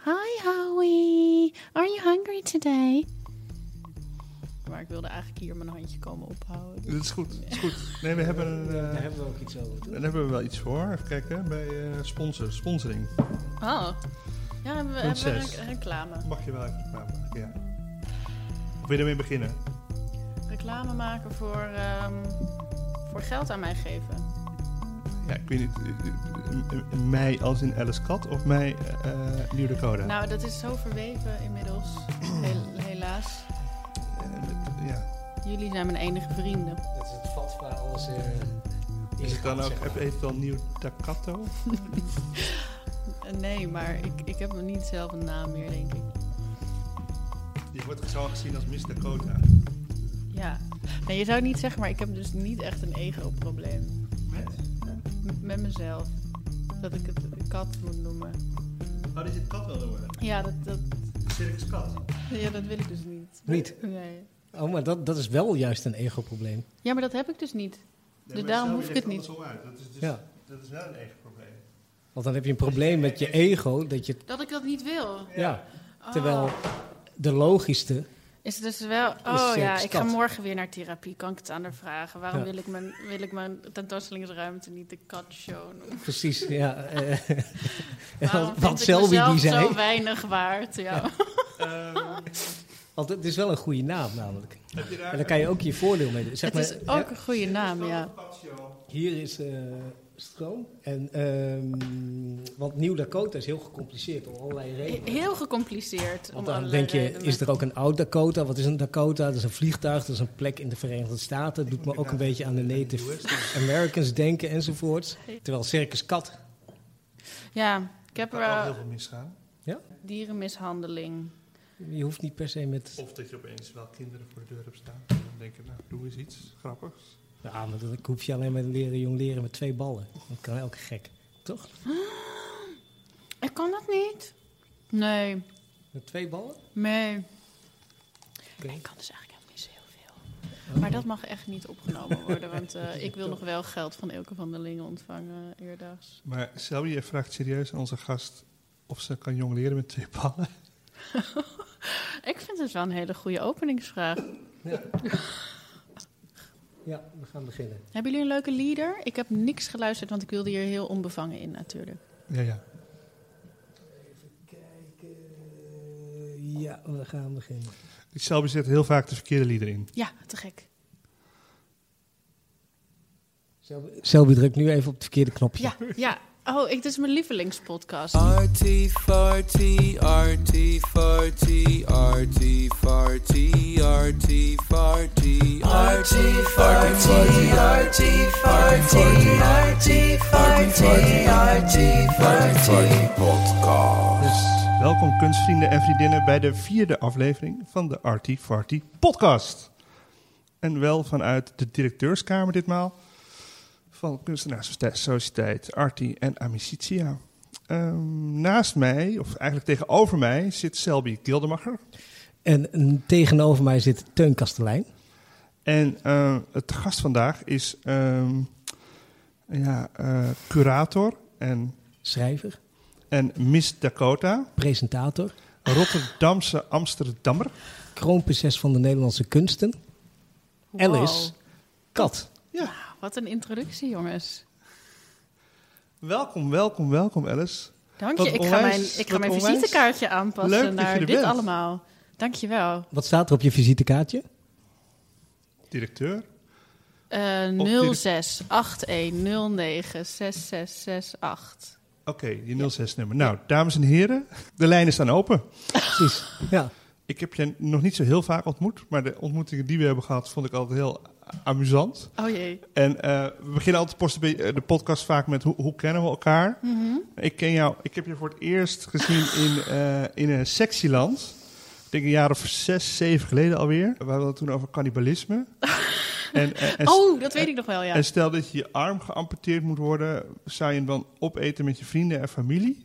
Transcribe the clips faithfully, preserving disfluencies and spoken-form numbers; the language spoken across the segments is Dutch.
Hi Howie, are you hungry today? Maar ik wilde eigenlijk hier mijn handje komen ophouden. Dat is goed, dat is goed. Nee, we hebben een, uh, Daar hebben we ook iets over. Daar hebben we wel iets voor. Even kijken, bij uh, sponsor, sponsoring. Oh, ja, hebben we, hebben we re- reclame. Mag je wel even reclame maken, ja. Of wil je ermee beginnen? Reclame maken voor, um, voor geld aan mij geven. Ja, ik weet niet, uh, mij als in Alice Kat of mij uh, Nieuw Dakota? Nou, dat is zo verweven inmiddels, Heel, helaas. Uh, ja. Jullie zijn mijn enige vrienden. Dat is het vat waar alles uh, is het dan ook, heb je eventueel Nieuw Dakato? Nee, maar ik, ik heb nog niet zelf een naam meer, denk ik. Je wordt zo gezien als Miss Dakota. Ja, nee, je zou niet zeggen, maar ik heb dus niet echt een ego-probleem. Met? M- met mezelf. Dat ik het een kat moet noemen. Oh, dat je het kat wil noemen? Ja, dat... dat Circus kat? Ja, dat wil ik dus niet. Niet? Nee. Oh, maar dat, dat is wel juist een ego-probleem. Ja, maar dat heb ik dus niet. Nee, dus daarom hoef ik het niet. Uit. Dat is dus, ja. Dat is wel een ego-probleem. Want dan heb je een probleem met je ego. Dat, je, dat ik dat niet wil? Ja. Oh. Terwijl de logischste... Is het dus wel... Oh ja, ik ga morgen weer naar therapie. Kan ik het aan haar vragen? Waarom ja. wil, ik mijn, wil ik mijn tentoonstellingsruimte niet de cat show noemen? Precies, ja. Uh, Waarom wat Selby die zei. Zo weinig waard, ja. ja. Um, Want het is wel een goede naam namelijk. En dan kan je ook je voordeel mee doen. Zeg het is maar, ook ja, een goede naam, ja. Hier is uh, stroom. En, um, want Nieuw Dakota is heel gecompliceerd om allerlei redenen. Heel gecompliceerd. Want dan denk je, redenen. Is er ook een oud Dakota? Wat is een Dakota? Dat is een vliegtuig, dat is een plek in de Verenigde Staten. Dat doet me ook een beetje aan de Native Americans denken enzovoorts. Terwijl Circus Kat. Ja, ik heb er ook heel veel misgaan. Ja? Dierenmishandeling. Je hoeft niet per se met... Of dat je opeens wel kinderen voor de deur hebt staan. En dan denk je, nou, doe eens iets grappigs. Ja, maar dan hoef je alleen maar leren jong leren met twee ballen. Dat kan elke gek, toch? Ik kan dat niet. Nee. Met twee ballen? Nee. Okay. Ik kan dus eigenlijk helemaal niet zo heel veel. Oh. Maar dat mag echt niet opgenomen worden. Want uh, ik wil nog wel geld van Elke van der Lingen ontvangen eerdags. Maar Selby, je vraagt serieus aan onze gast of ze kan jong leren met twee ballen? Ik vind het wel een hele goede openingsvraag. Ja. Ja, we gaan beginnen. Hebben jullie een leuke lieder? Ik heb niks geluisterd, want ik wilde hier heel onbevangen in natuurlijk. Ja, ja. Even kijken. Ja, we gaan beginnen. Die Selby zet heel vaak de verkeerde lieder in. Ja, te gek. Selby, Selby drukt nu even op het verkeerde knopje. Ja, ja. Oh, ik, dit is mijn lievelingspodcast. Artie farty, artie farty, artie farty, artie farty, artie farty, artie farty, artie farty, artie farty podcast. Welkom kunstvrienden en vriendinnen bij de vierde aflevering van de Artie Farty podcast. En wel vanuit de directeurskamer ditmaal. Van Kunstenaarssociëteit Artie en Amicitia. Um, naast mij, of eigenlijk tegenover mij, zit Selby Gildemacher. En tegenover mij zit Teun Kastelein. En uh, het gast vandaag is um, ja, uh, curator en... Schrijver. En Miss Dakota. Presentator. Rotterdamse Amsterdammer. Kroonprinses van de Nederlandse kunsten. Wow. Alice Kat. Ja. Wat een introductie, jongens. Welkom, welkom, welkom, Alice. Dank je. Ik ga mijn, ik ga mijn visitekaartje aanpassen Leuk naar dit bent. allemaal. Dank je wel. Wat staat er op je visitekaartje? Directeur. Uh, nul zes acht een nul negen zes zes zes acht. Oké, okay, die nul zes nummer. Nou, dames en heren, de lijnen staan open. Precies, ja. Ik heb je nog niet zo heel vaak ontmoet, maar de ontmoetingen die we hebben gehad vond ik altijd heel amusant. Oh jee. En uh, we beginnen altijd de podcast vaak met hoe, hoe kennen we elkaar? Mm-hmm. Ik ken jou, ik heb je voor het eerst gezien in, uh, in een Sexyland. Ik denk een jaar of zes, zeven geleden alweer. We hadden het toen over cannibalisme. En, en, en oh, dat weet ik nog wel, ja. En stel dat je je arm geamputeerd moet worden, zou je hem dan opeten met je vrienden en familie?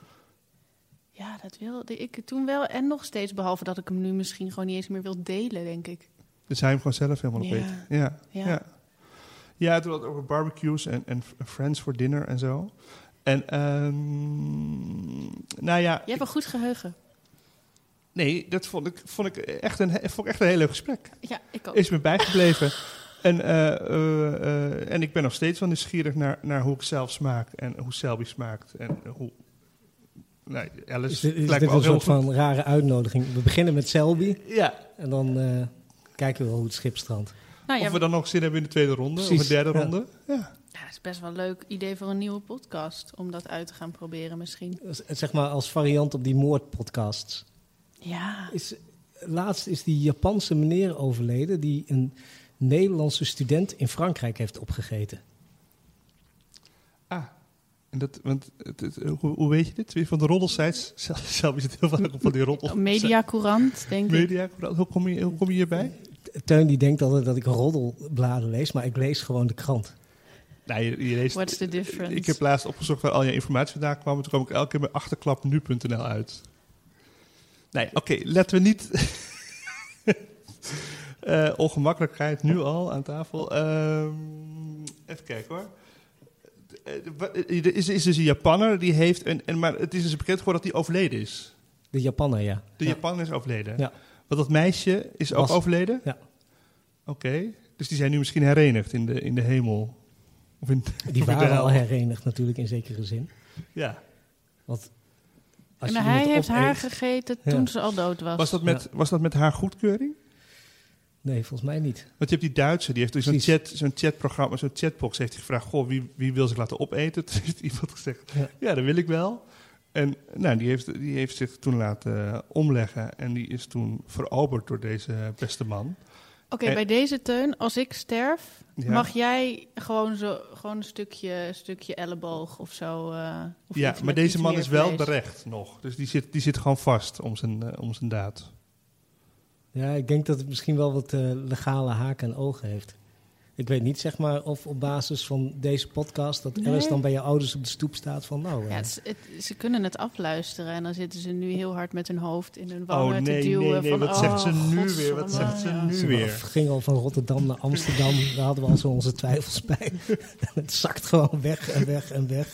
Ja, dat wilde ik toen wel. En nog steeds, behalve dat ik hem nu misschien gewoon niet eens meer wil delen, denk ik. Dus zou je hem gewoon zelf helemaal opeten? Ja. Ja. Ja. Ja, ja toen had het over barbecues en, en friends for dinner en zo. En, um, nou ja... Je hebt een goed geheugen. Nee, dat vond ik, vond ik, echt, een, vond ik echt een heel leuk gesprek. Ja, ik ook. Is me bijgebleven. En, uh, uh, uh, en ik ben nog steeds wel nieuwsgierig naar, naar hoe ik zelf smaak. En hoe Selby smaakt. En hoe... Nee, Alice is dit, is lijkt dit me ook een heel soort goed. van rare uitnodiging? We beginnen met Selby. Ja. En dan uh, kijken we wel hoe het schip strandt. Nou, ja, of we dan nog zin hebben in de tweede ronde. Precies, of een derde ja. ronde. Ja. Ja, het is best wel een leuk idee voor een nieuwe podcast. Om dat uit te gaan proberen misschien. Zeg maar als variant op die moordpodcasts. Ja. Is, laatst is die Japanse meneer overleden die een Nederlandse student in Frankrijk heeft opgegeten. Ah, en dat, want, het, het, hoe, hoe weet je dit? Weer van de roddelsites? Zelf is het heel vaak op van die roddel. Mediacourant, denk ik. Mediacourant. Hoe kom je, hoe kom je hierbij? Teun die denkt altijd dat ik roddelbladen lees, maar ik lees gewoon de krant. Nou, je, je leest, What's the difference? Ik heb laatst opgezocht waar al je informatie vandaan kwam. Toen kwam ik elke keer bij achterklap nu punt n l uit. Nee, oké, okay, laten we niet... uh, ongemakkelijkheid nu al aan tafel. Uh, even kijken hoor. Er is, is dus een Japanner die heeft... Een, en, maar het is dus bekend geworden dat hij overleden is. De Japanner, ja. De ja. Japanner is overleden? Ja. Want dat meisje is ook Was, overleden? Ja. Oké, okay. Dus die zijn nu misschien herenigd in de, in de hemel? Of in, die of waren in al herenigd natuurlijk in zekere zin. Ja. Want en hij heeft haar eet, gegeten toen ja. ze al dood was. Was dat, met, ja. was dat met haar goedkeuring? Nee, volgens mij niet. Want je hebt die Duitser, die heeft dus zo'n, chat, zo'n chatprogramma, zo'n chatbox, heeft hij gevraagd, goh, wie, wie wil zich laten opeten? Toen heeft iemand gezegd, ja, ja dat wil ik wel. En nou, die, heeft, die heeft zich toen laten uh, omleggen en die is toen veroverd door deze beste man. Oké, okay, bij deze Teun, als ik sterf, ja. mag jij gewoon, zo, gewoon een stukje, stukje elleboog of zo. Uh, of ja, maar deze man is wel berecht nog. Dus die zit, die zit gewoon vast om zijn, uh, om zijn daad. Ja, ik denk dat het misschien wel wat uh, legale haken en ogen heeft. Ik weet niet, zeg maar, of op basis van deze podcast... dat nee. Alice dan bij je ouders op de stoep staat van... nou. Ja, uh, het is, het, ze kunnen het afluisteren en dan zitten ze nu heel hard met hun hoofd in hun wangen oh, nee, te duwen. Nee, nee, van, wat oh, zegt ze nu godsam, weer? Wat zegt ze ja. nu ze weer? Het ging al van Rotterdam naar Amsterdam. Daar hadden we al zo onze twijfels bij. Het zakt gewoon weg en weg en weg.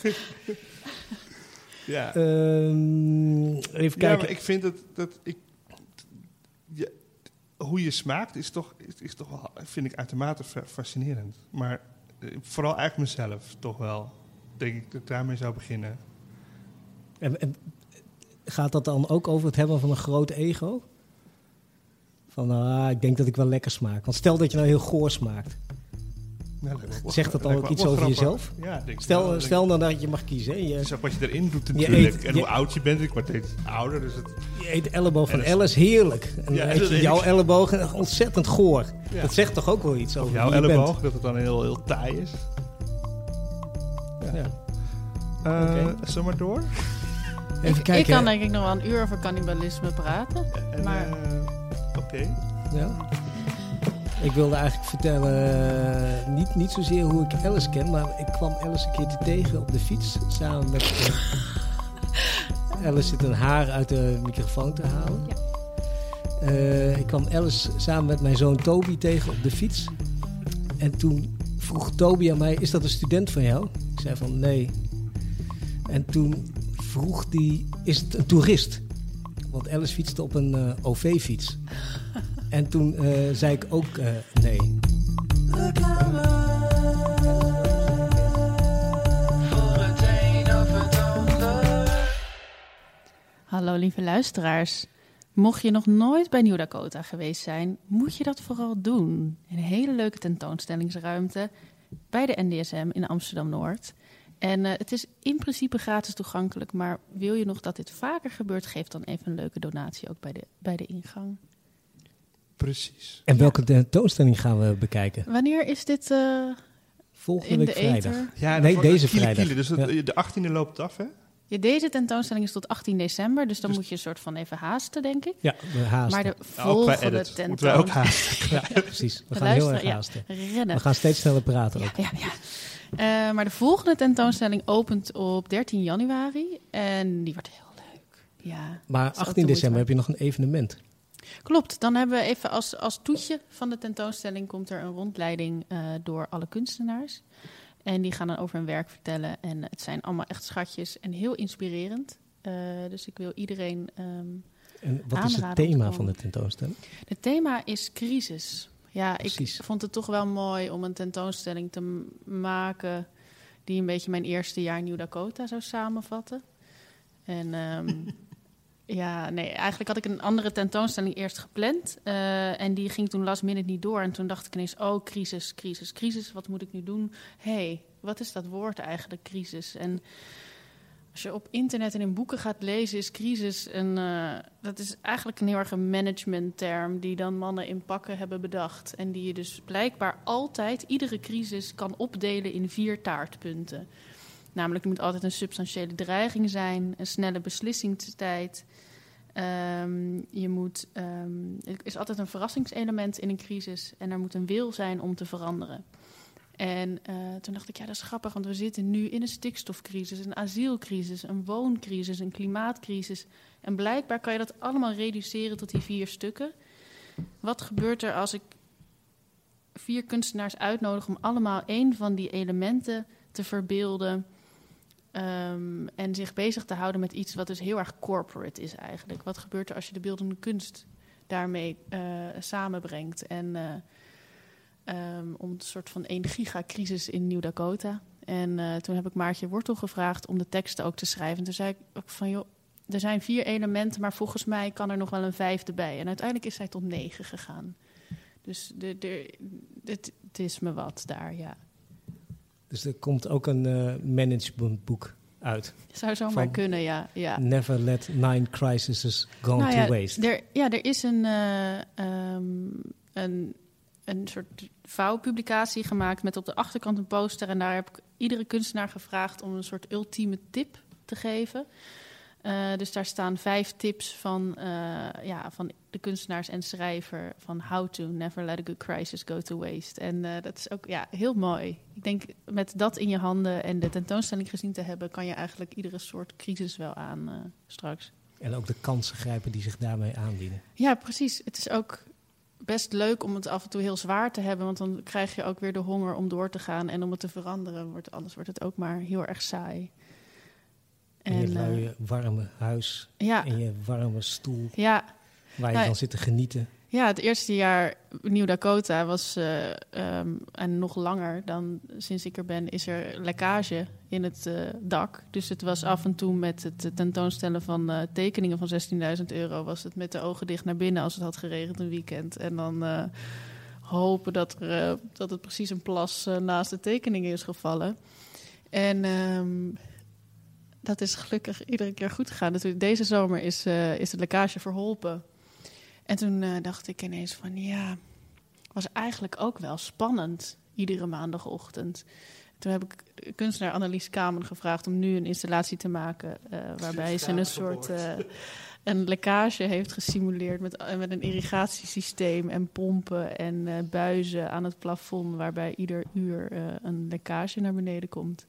Ja. Um, even kijken. Ja, maar ik vind dat... dat ik, ja, hoe je smaakt is toch, is, is toch wel, vind ik uitermate fascinerend. Maar uh, vooral eigenlijk mezelf toch wel. Denk ik dat ik daarmee zou beginnen. En, en gaat dat dan ook over het hebben van een groot ego? Van, ah, ik denk dat ik wel lekker smaak. Want stel dat je nou heel goor smaakt. Nou, Zegt dat dan ook iets over jezelf? Ja, denk stel wel, stel nou dat je mag kiezen. Je, het is ook wat je erin doet natuurlijk. Eet, en hoe je, oud je bent. Ik word steeds ouder. Dus het, je eet de elleboog van Alice, heerlijk. En ja, dan eet je jouw elleboog ontzettend goor. Ja. Dat zegt toch ook wel iets over jouw elleboog, bent. Dat het dan heel, heel taai is. Ja. ja. Uh, okay. Zullen we maar door? Even ik, kijken. Ik kan denk ik nog wel een uur over cannibalisme praten. En, maar... uh, Oké. Okay. Ja. Ik wilde eigenlijk vertellen, uh, niet, niet zozeer hoe ik Alice ken, maar ik kwam Alice een keertje tegen op de fiets samen met... Uh, Alice zit een haar uit de microfoon te halen. Ja. Uh, ik kwam Alice samen met mijn zoon Toby tegen op de fiets. En toen vroeg Toby aan mij, is dat een student van jou? Ik zei van nee. En toen vroeg hij, is het een toerist? Want Alice fietste op een uh, O V-fiets. En toen uh, zei ik ook uh, nee. Hallo lieve luisteraars. Mocht je nog nooit bij New Dakota geweest zijn, moet je dat vooral doen. Een hele leuke tentoonstellingsruimte bij de N D S M in Amsterdam-Noord. En uh, het is in principe gratis toegankelijk, maar wil je nog dat dit vaker gebeurt, geef dan even een leuke donatie ook bij de, bij de ingang. Precies. En welke tentoonstelling gaan we bekijken? Wanneer is dit uh, Volgende week vrijdag. Ether? Ja, nee, deze kiele, vrijdag. Kiele, dus het, ja. De achttiende loopt af, hè? Ja, deze tentoonstelling is tot achttien december, dus dan dus moet je een soort van even haasten, denk ik. Ja, we haasten. Maar de volgende tentoonstelling... Moeten wij ook haasten. Ja, ja, precies. We gaan heel erg haasten. Ja, rennen. We gaan steeds sneller praten ook. Ja, ja, ja. Uh, maar de volgende tentoonstelling opent op dertien januari en die wordt heel leuk. Ja, maar achttien december heb je nog een evenement. Klopt, dan hebben we even als, als toetje van de tentoonstelling komt er een rondleiding uh, door alle kunstenaars. En die gaan dan over hun werk vertellen. En het zijn allemaal echt schatjes en heel inspirerend. Uh, dus ik wil iedereen um, En wat is het thema van de tentoonstelling? Het thema is crisis. Ja, Precies. Ik vond het toch wel mooi om een tentoonstelling te m- maken... die een beetje mijn eerste jaar New Dakota zou samenvatten. En um, ja, nee, eigenlijk had ik een andere tentoonstelling eerst gepland. Uh, en die ging toen last minute niet door. En toen dacht ik ineens, oh, crisis, crisis, crisis. Wat moet ik nu doen? Hé, hey, wat is dat woord eigenlijk, crisis? En als je op internet en in boeken gaat lezen, is crisis een... Uh, dat is eigenlijk een heel erg een managementterm... die dan mannen in pakken hebben bedacht. En die je dus blijkbaar altijd, iedere crisis... kan opdelen in vier taartpunten. Namelijk, er moet altijd een substantiële dreiging zijn... een snelle beslissingstijd... Um, je moet, um, er is altijd een verrassingselement in een crisis... en er moet een wil zijn om te veranderen. En uh, toen dacht ik, ja, dat is grappig... want we zitten nu in een stikstofcrisis, een asielcrisis... een wooncrisis, een klimaatcrisis. En blijkbaar kan je dat allemaal reduceren tot die vier stukken. Wat gebeurt er als ik vier kunstenaars uitnodig... om allemaal één van die elementen te verbeelden... Um, en zich bezig te houden met iets wat dus heel erg corporate is eigenlijk. Wat gebeurt er als je de beeldende kunst daarmee uh, samenbrengt? En uh, um, om een soort van één gigacrisis in New Dakota. En uh, toen heb ik Maartje Wortel gevraagd om de teksten ook te schrijven. En toen zei ik ook van, joh, er zijn vier elementen... maar volgens mij kan er nog wel een vijfde bij. En uiteindelijk is zij tot negen gegaan. Dus de, de, het, het is me wat daar, ja. Dus er komt ook een uh, managementboek uit. Zou zomaar kunnen, ja, ja. Never let nine crises go nou to ja, waste. Er, ja, er is een, uh, um, een, een soort vouwpublicatie gemaakt... met op de achterkant een poster. En daar heb ik iedere kunstenaar gevraagd... om een soort ultieme tip te geven. Uh, dus daar staan vijf tips van, uh, ja, van de kunstenaars en schrijver... van how to never let a good crisis go to waste. En uh, dat is ook ja, heel mooi. Ik denk, met dat in je handen en de tentoonstelling gezien te hebben... kan je eigenlijk iedere soort crisis wel aan uh, straks. En ook de kansen grijpen die zich daarmee aandienen. Ja, precies. Het is ook best leuk om het af en toe heel zwaar te hebben... want dan krijg je ook weer de honger om door te gaan... en om het te veranderen. Wordt, anders wordt het ook maar heel erg saai. In je En, luie, uh, warme huis, ja. in je warme stoel, ja. waar je nou, dan zit te genieten. Ja, het eerste jaar New Dakota was, uh, um, en nog langer dan sinds ik er ben, is er lekkage in het uh, dak. Dus het was af en toe met het tentoonstellen van uh, tekeningen van zestienduizend euro... was het met de ogen dicht naar binnen als het had geregend een weekend. En dan uh, hopen dat, er, uh, dat het precies een plas uh, naast de tekeningen is gevallen. En... Um, dat is gelukkig iedere keer goed gegaan. Natuurlijk, deze zomer is, uh, is het lekkage verholpen. En toen uh, dacht ik ineens van ja, was eigenlijk ook wel spannend iedere maandagochtend. Toen heb ik kunstenaar Annelies Kamen gevraagd om nu een installatie te maken uh, waarbij ze een soort uh, een lekkage heeft gesimuleerd met, uh, met een irrigatiesysteem en pompen en uh, buizen aan het plafond, waarbij ieder uur uh, een lekkage naar beneden komt.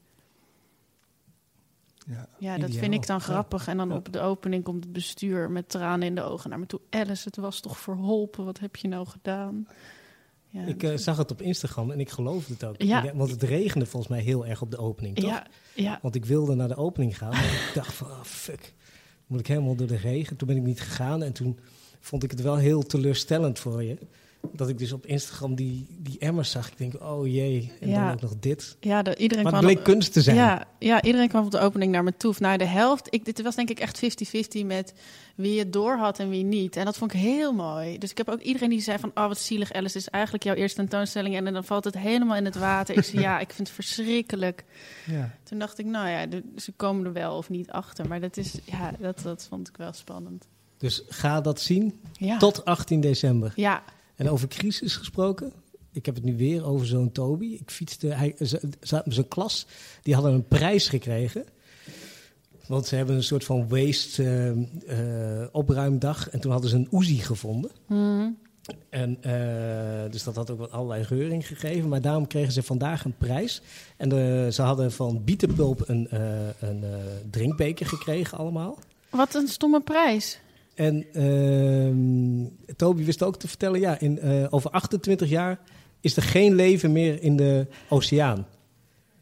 Ja, ja, dat ideaal. vind ik dan grappig. En dan Ja. op de opening komt het bestuur met tranen in de ogen naar me toe. Alice, het was toch verholpen? Wat heb je nou gedaan? Ja, Ik uh, zag het op Instagram en ik geloofde het ook. Ja. Ja, want het regende volgens mij heel erg op de opening, toch? ja, ja. Want ik wilde naar de opening gaan, maar ik dacht van, oh, fuck. Moet ik helemaal door de regen? Toen ben ik niet gegaan en toen vond ik het wel heel teleurstellend voor je. Dat ik dus op Instagram die, die emmers zag. Ik denk, oh jee, en Ja. dan ook nog dit. ja de, iedereen Maar het kwam bleek kunst te zijn. Ja, ja, iedereen kwam op de opening naar me toe. Of naar de helft. Ik, dit was denk ik echt vijftig-vijftig met wie het door had en wie niet. En dat vond ik heel mooi. Dus ik heb ook iedereen die zei van... oh, wat zielig, Alice, dit is eigenlijk jouw eerste tentoonstelling... en dan valt het helemaal in het water. Ik zei, ja, ik vind het verschrikkelijk. ja. Toen dacht ik, nou ja, de, ze komen er wel of niet achter. Maar dat, is, ja, dat, dat vond ik wel spannend. Dus ga dat zien Ja. tot achttien december. Ja, En over crisis gesproken, ik heb het nu weer over zo'n Toby. Ik fietste, hij, z- z- zijn klas, die hadden een prijs gekregen. Want ze hebben een soort van waste uh, uh, opruimdag. En toen hadden ze een Uzi gevonden. mm, En, uh, dus dat had ook wat allerlei reuring gegeven. Maar daarom kregen ze vandaag een prijs. En uh, ze hadden van Bietenpulp een, uh, een uh, drinkbeker gekregen allemaal. wat een stomme prijs. En uh, Toby wist ook te vertellen, ja, in, uh, over achtentwintig jaar is er geen leven meer in de oceaan.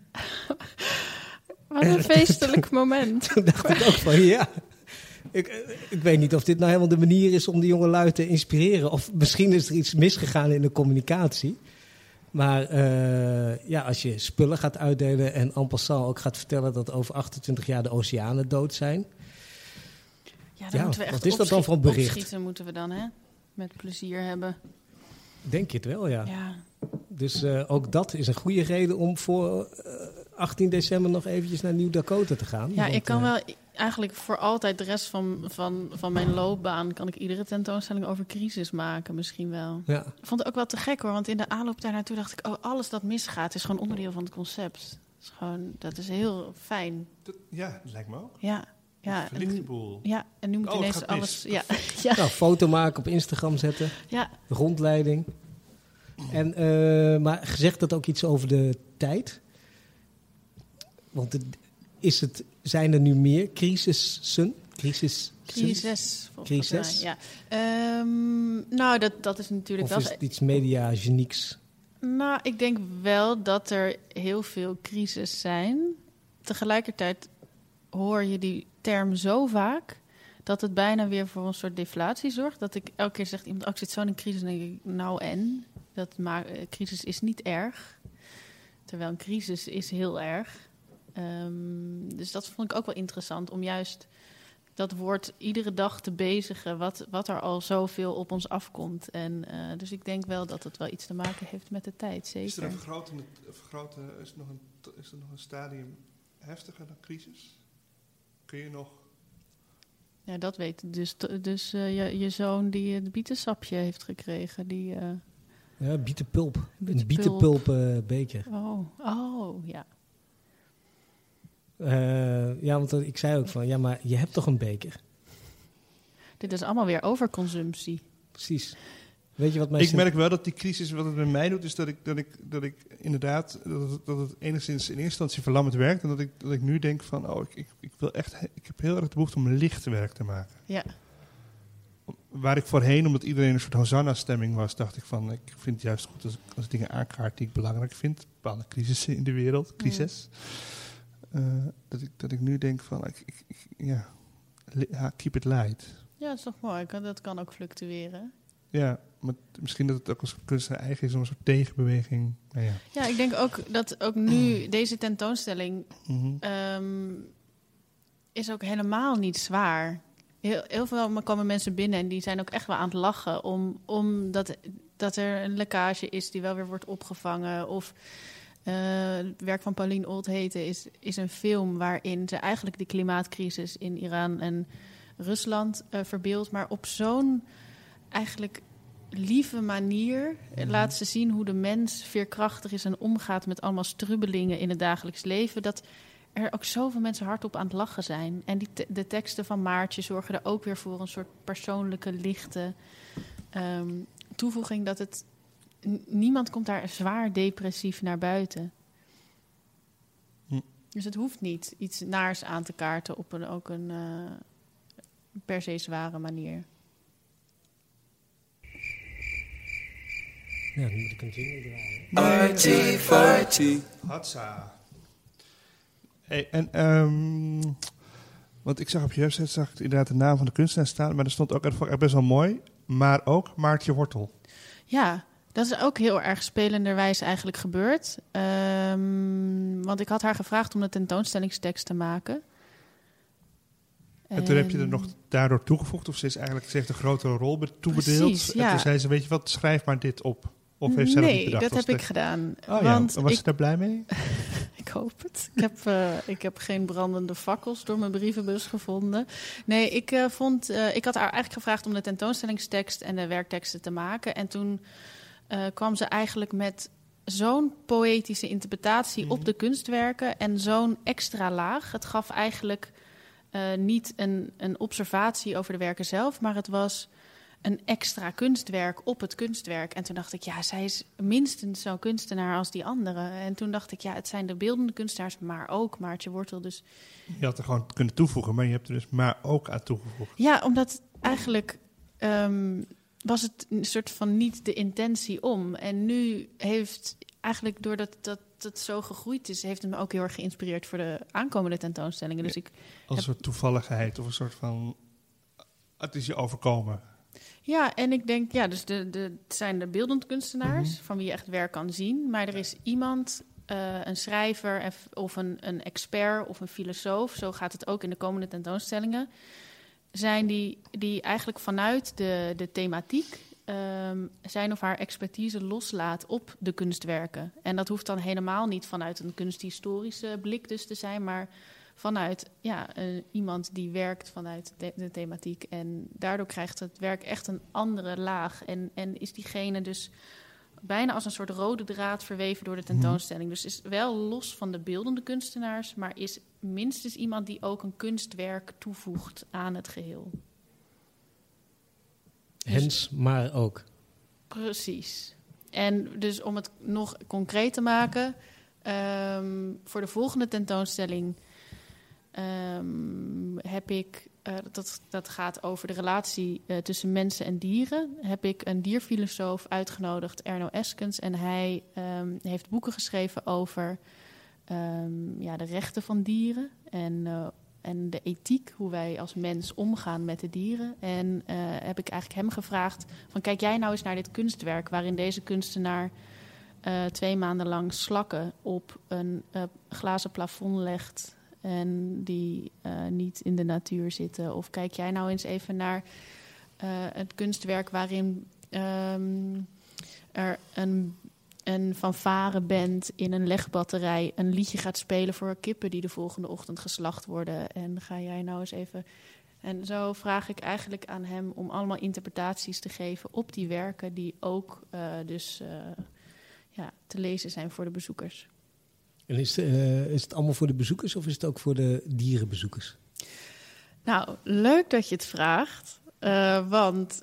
Wat een feestelijk moment. Toen dacht ik ook van, ja... Ik, ik weet niet of dit nou helemaal de manier is om die jongelui te inspireren. Of misschien is er iets misgegaan in de communicatie. Maar uh, ja, als je spullen gaat uitdelen en en passant ook gaat vertellen dat over achtentwintig jaar de oceanen dood zijn. Ja, dan Ja, moeten we echt wat is dat dan opschiet- voor bericht? Opschieten moeten we dan, hè? Met plezier hebben. Denk je het wel, ja. Ja. Dus uh, ook dat is een goede reden om voor uh, achttien december nog eventjes naar Nieuw-Dakota te gaan. Ja, Want, ik kan uh, wel eigenlijk voor altijd de rest van, van, van mijn loopbaan... kan ik iedere tentoonstelling over crisis maken, misschien wel. Ja. Ik vond het ook wel te gek, hoor. Want in de aanloop daar naartoe dacht ik... oh, alles dat misgaat is gewoon onderdeel van het concept. Dat is, gewoon, dat is heel fijn. Dat, ja, dat lijkt me ook. Ja, ja. En Verlicht de nu, boel. ja, en nu moet Oh, het ineens gaat alles... mis. Ja, ja, Nou, foto maken, op Instagram zetten, ja. rondleiding. En, uh, maar zegt dat ook iets over de tijd? Want het, is het, zijn er nu meer crisissen? Crisis, Crisis, volgens Crisis? mij. Ja. Um, nou, dat, dat is natuurlijk Of wel... is het iets media-genieks? Nou, ik denk wel dat er heel veel crises zijn. Tegelijkertijd hoor je die term zo vaak... dat het bijna weer voor een soort deflatie zorgt. Dat ik elke keer zeg iemand, oh, ik zit zo in een crisis... en dan denk ik, nou en? Dat ma- crisis is niet erg. Terwijl een crisis is heel erg. Um, dus dat vond ik ook wel interessant... om juist dat woord iedere dag te bezigen... wat, wat er al zoveel op ons afkomt. En, uh, dus ik denk wel dat het wel iets te maken heeft met de tijd, zeker. Is er een vergrotende, vergroten, is er nog een, is er nog een stadium heftiger dan crisis? Kun je nog... Ja, dat weet dus, dus uh, je, je zoon die het bietensapje heeft gekregen. Die, uh, Ja, bietenpulp. Bietenpulp. Een bietenpulp uh, beker. Oh, oh, ja. Uh, ja, want ik zei ook van, ja, maar je hebt toch een beker? Dit is allemaal weer overconsumptie. Precies. Weet je wat mij Ik zin- merk wel dat die crisis, wat het bij mij doet, is dat ik, dat ik, dat ik inderdaad, dat het, dat het enigszins in eerste instantie verlammend werkt. En dat ik, dat ik nu denk van, oh, ik, ik, ik wil echt, ik heb heel erg de behoefte om licht werk te maken. Ja. Waar ik voorheen, omdat iedereen een soort Hosanna-stemming was, dacht ik van, ik vind het juist goed als ik, als ik dingen aankaart die ik belangrijk vind. Bepaalde crisissen in de wereld, crisis. Ja. Uh, dat, ik, dat ik nu denk van, ik, ik, ik, ja, li- keep it light. Ja, dat is toch mooi. Dat kan ook fluctueren. Ja, maar misschien dat het ook als kunstenaar eigen is om een soort tegenbeweging. Nou ja. Ja, ik denk ook dat ook nu deze tentoonstelling Mm-hmm. um, is ook helemaal niet zwaar. Heel, heel veel komen mensen binnen en die zijn ook echt wel aan het lachen om, om dat, dat er een lekkage is die wel weer wordt opgevangen. Of uh, het werk van Pauline Oldheten is, is een film waarin ze eigenlijk de klimaatcrisis in Iran en Rusland uh, verbeeldt, maar op zo'n eigenlijk lieve manier mm-hmm. laat ze zien hoe de mens veerkrachtig is en omgaat met allemaal strubbelingen in het dagelijks leven. Dat er ook zoveel mensen hardop aan het lachen zijn. En die te- de teksten van Maartje zorgen er ook weer voor een soort persoonlijke, lichte um, toevoeging. Dat het n- niemand komt daar zwaar depressief naar buiten. Hm. Dus het hoeft niet iets naars aan te kaarten op een ook een uh, per se zware manier. Ja, dan moet ik een jingle draaien. Artifarty. Hatsa. Hey, en, um, want ik zag op je website zag ik inderdaad de naam van de kunstenaar staan, maar er stond ook echt best wel mooi, maar ook Maartje Wortel. Ja, dat is ook heel erg spelenderwijs eigenlijk gebeurd. Um, want ik had haar gevraagd om de tentoonstellingstekst te maken. En toen heb je er nog daardoor toegevoegd, of ze is eigenlijk ze heeft een grotere rol toebedeeld. Precies, ja. En toen zei ze, weet je wat, schrijf maar dit op. Of heeft ze nee, dat niet bedacht? dat heb tekst? ik gedaan. Oh want ja, was ik, ze daar blij mee? Ik hoop het. Ik heb, uh, ik heb geen brandende fakkels door mijn brievenbus gevonden. Nee, ik uh, vond... Uh, ik had haar eigenlijk gevraagd om de tentoonstellingstekst en de werkteksten te maken. En toen uh, kwam ze eigenlijk met zo'n poëtische interpretatie mm-hmm. op de kunstwerken en zo'n extra laag. Het gaf eigenlijk uh, niet een, een observatie over de werken zelf, maar het was een extra kunstwerk op het kunstwerk. En toen dacht ik, ja, zij is minstens zo'n kunstenaar als die anderen. En toen dacht ik, ja, het zijn de beeldende kunstenaars, maar ook Maartje Wortel. Dus je had er gewoon kunnen toevoegen, maar je hebt er dus maar ook aan toegevoegd. Ja, omdat eigenlijk um, was het een soort van niet de intentie om. En nu heeft eigenlijk doordat dat het zo gegroeid is, heeft het me ook heel erg geïnspireerd voor de aankomende tentoonstellingen. Dus ik Als een heb... soort toevalligheid of een soort van... Het is je overkomen. Ja, en ik denk, ja, dus de, de, het zijn de beeldend kunstenaars, Mm-hmm. van wie je echt werk kan zien. Maar er is iemand, uh, een schrijver of een, een expert of een filosoof, zo gaat het ook in de komende tentoonstellingen, zijn die, die eigenlijk vanuit de, de thematiek um, zijn of haar expertise loslaat op de kunstwerken. En dat hoeft dan helemaal niet vanuit een kunsthistorische blik dus te zijn, maar vanuit ja, uh, iemand die werkt vanuit de, de thematiek. En daardoor krijgt het werk echt een andere laag. En, en is diegene dus bijna als een soort rode draad verweven door de tentoonstelling. Dus is wel los van de beeldende kunstenaars, maar is minstens iemand die ook een kunstwerk toevoegt aan het geheel. Hens, Dus, maar ook. Precies. En dus om het nog concreet te maken, um, voor de volgende tentoonstelling Um, heb ik, uh, dat, dat gaat over de relatie uh, tussen mensen en dieren, heb ik een dierfilosoof uitgenodigd, Erno Eskens. En hij um, heeft boeken geschreven over um, ja, de rechten van dieren en, uh, en de ethiek, hoe wij als mens omgaan met de dieren. En uh, heb ik eigenlijk hem gevraagd van, kijk jij nou eens naar dit kunstwerk waarin deze kunstenaar uh, twee maanden lang slakken op een uh, glazen plafond legt en die uh, niet in de natuur zitten. Of kijk jij nou eens even naar uh, het kunstwerk waarin um, er een, een fanfareband in een legbatterij een liedje gaat spelen voor kippen die de volgende ochtend geslacht worden. En ga jij nou eens even... En zo vraag ik eigenlijk aan hem om allemaal interpretaties te geven op die werken die ook uh, dus uh, ja, te lezen zijn voor de bezoekers. En is, uh, is het allemaal voor de bezoekers of is het ook voor de dierenbezoekers? Nou, leuk dat je het vraagt. Uh, want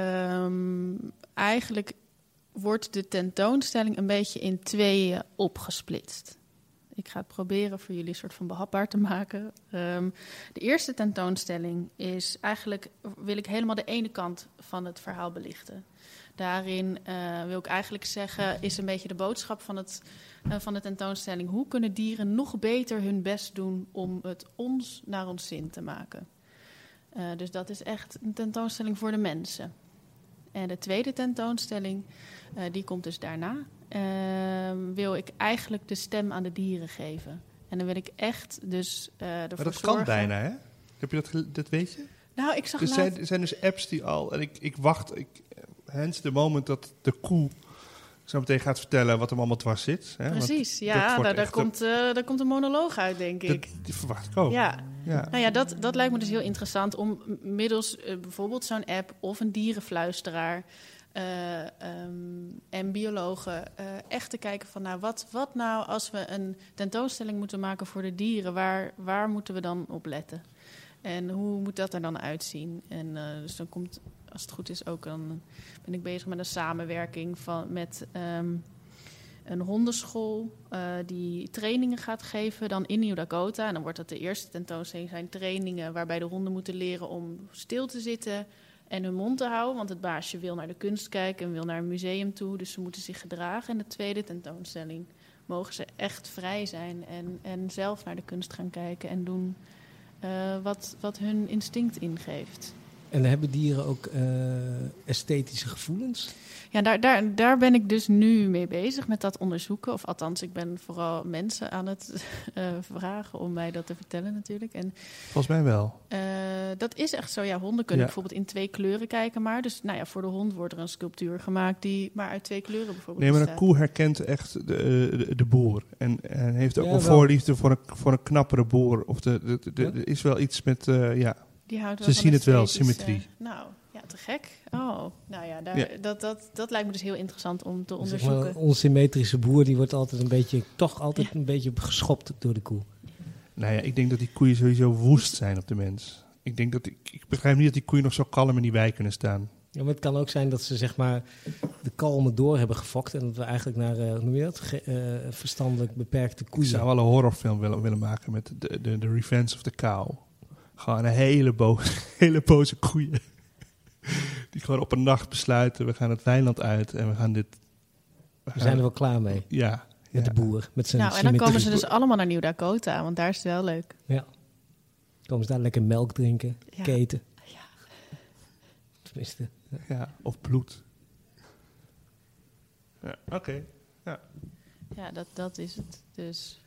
um, eigenlijk wordt de tentoonstelling een beetje in tweeën opgesplitst. Ik ga het proberen voor jullie een soort van behapbaar te maken. Um, de eerste tentoonstelling is eigenlijk, wil ik helemaal de ene kant van het verhaal belichten. Daarin uh, wil ik eigenlijk zeggen, is een beetje de boodschap van, het, uh, van de tentoonstelling. Hoe kunnen dieren nog beter hun best doen om het ons naar ons zin te maken? Uh, dus dat is echt een tentoonstelling voor de mensen. En de tweede tentoonstelling, uh, die komt dus daarna. Uh, wil ik eigenlijk de stem aan de dieren geven. En dan wil ik echt dus uh, ervoor Maar dat zorgen... kan bijna, hè? Heb je dat, ge- dat weet je? Nou, ik zag Er laat... zijn, er zijn dus apps die al... En ik, ik wacht... Ik, hence de moment dat de koe zo meteen gaat vertellen wat hem allemaal dwars zit. Hè? Precies, Want ja, wordt daar, daar, echt komt, uh, daar komt een monoloog uit, denk ik. Dat, die verwacht ik ook. Ja. Ja. Nou ja, dat, dat lijkt me dus heel interessant om middels uh, bijvoorbeeld zo'n app of een dierenfluisteraar uh, um, en biologen uh, echt te kijken van, nou, wat, wat nou als we een tentoonstelling moeten maken voor de dieren, waar, waar moeten we dan op letten? En hoe moet dat er dan uitzien? En uh, dus dan komt, als het goed is, ook een, ben ik bezig met een samenwerking van, met um, een hondenschool uh, die trainingen gaat geven dan in New Dakota. En dan wordt dat de eerste tentoonstelling, zijn trainingen waarbij de honden moeten leren om stil te zitten en hun mond te houden. Want het baasje wil naar de kunst kijken en wil naar een museum toe, dus ze moeten zich gedragen. En de tweede tentoonstelling mogen ze echt vrij zijn en, en zelf naar de kunst gaan kijken en doen uh, wat, wat hun instinct ingeeft. En hebben dieren ook uh, esthetische gevoelens? Ja, daar, daar, daar ben ik dus nu mee bezig met dat onderzoeken. Of althans, ik ben vooral mensen aan het uh, vragen om mij dat te vertellen natuurlijk. En, Volgens mij wel. Uh, dat is echt zo. Ja, honden kunnen Ja. bijvoorbeeld in twee kleuren kijken maar. Dus nou ja, voor de hond wordt er een sculptuur gemaakt die maar uit twee kleuren bijvoorbeeld Nee, maar een bestaat. koe herkent echt de, de, de boer. En, en heeft ook Ja, wel wel. voorliefde voor een, voor een knappere boer. Of de, de, de, de- Ja. er is wel iets met... Uh, ja. Die houdt Ze wel van zien het wel, esthetische- symmetrie. Nou, ja, te gek. Oh, nou ja, daar, Ja. Dat, dat, dat lijkt me dus heel interessant om te Zeg onderzoeken. maar, een onsymmetrische boer die wordt altijd een beetje, toch altijd een beetje geschopt door de koe. Nou ja, ik denk dat die koeien sowieso woest zijn op de mens. Ik denk dat ik, ik begrijp niet dat die koeien nog zo kalm in die wei kunnen staan. Ja, maar het kan ook zijn dat ze zeg maar de kalme door hebben gefokt en dat we eigenlijk naar, uh, hoe noem je dat, Ge- uh, verstandelijk beperkte Ik koeien. zou wel een horrorfilm willen, willen maken met de, de, de Revenge of the Cow. Gewoon een hele boze, hele boze koeien. Die gewoon op een nacht besluiten, we gaan het weiland uit en we gaan dit... We We gaan- zijn er wel klaar mee. Ja, Met Ja. de boer. Met zijn Nou, en dan komen ze symmetrie. dus allemaal naar Nieuw-Dakota, want daar is het wel leuk. Ja. Komen ze daar lekker melk drinken, Ja. keten. Ja. Tenminste. Ja, of bloed. Ja, oké. Okay. Ja, dat, dat is het. Dus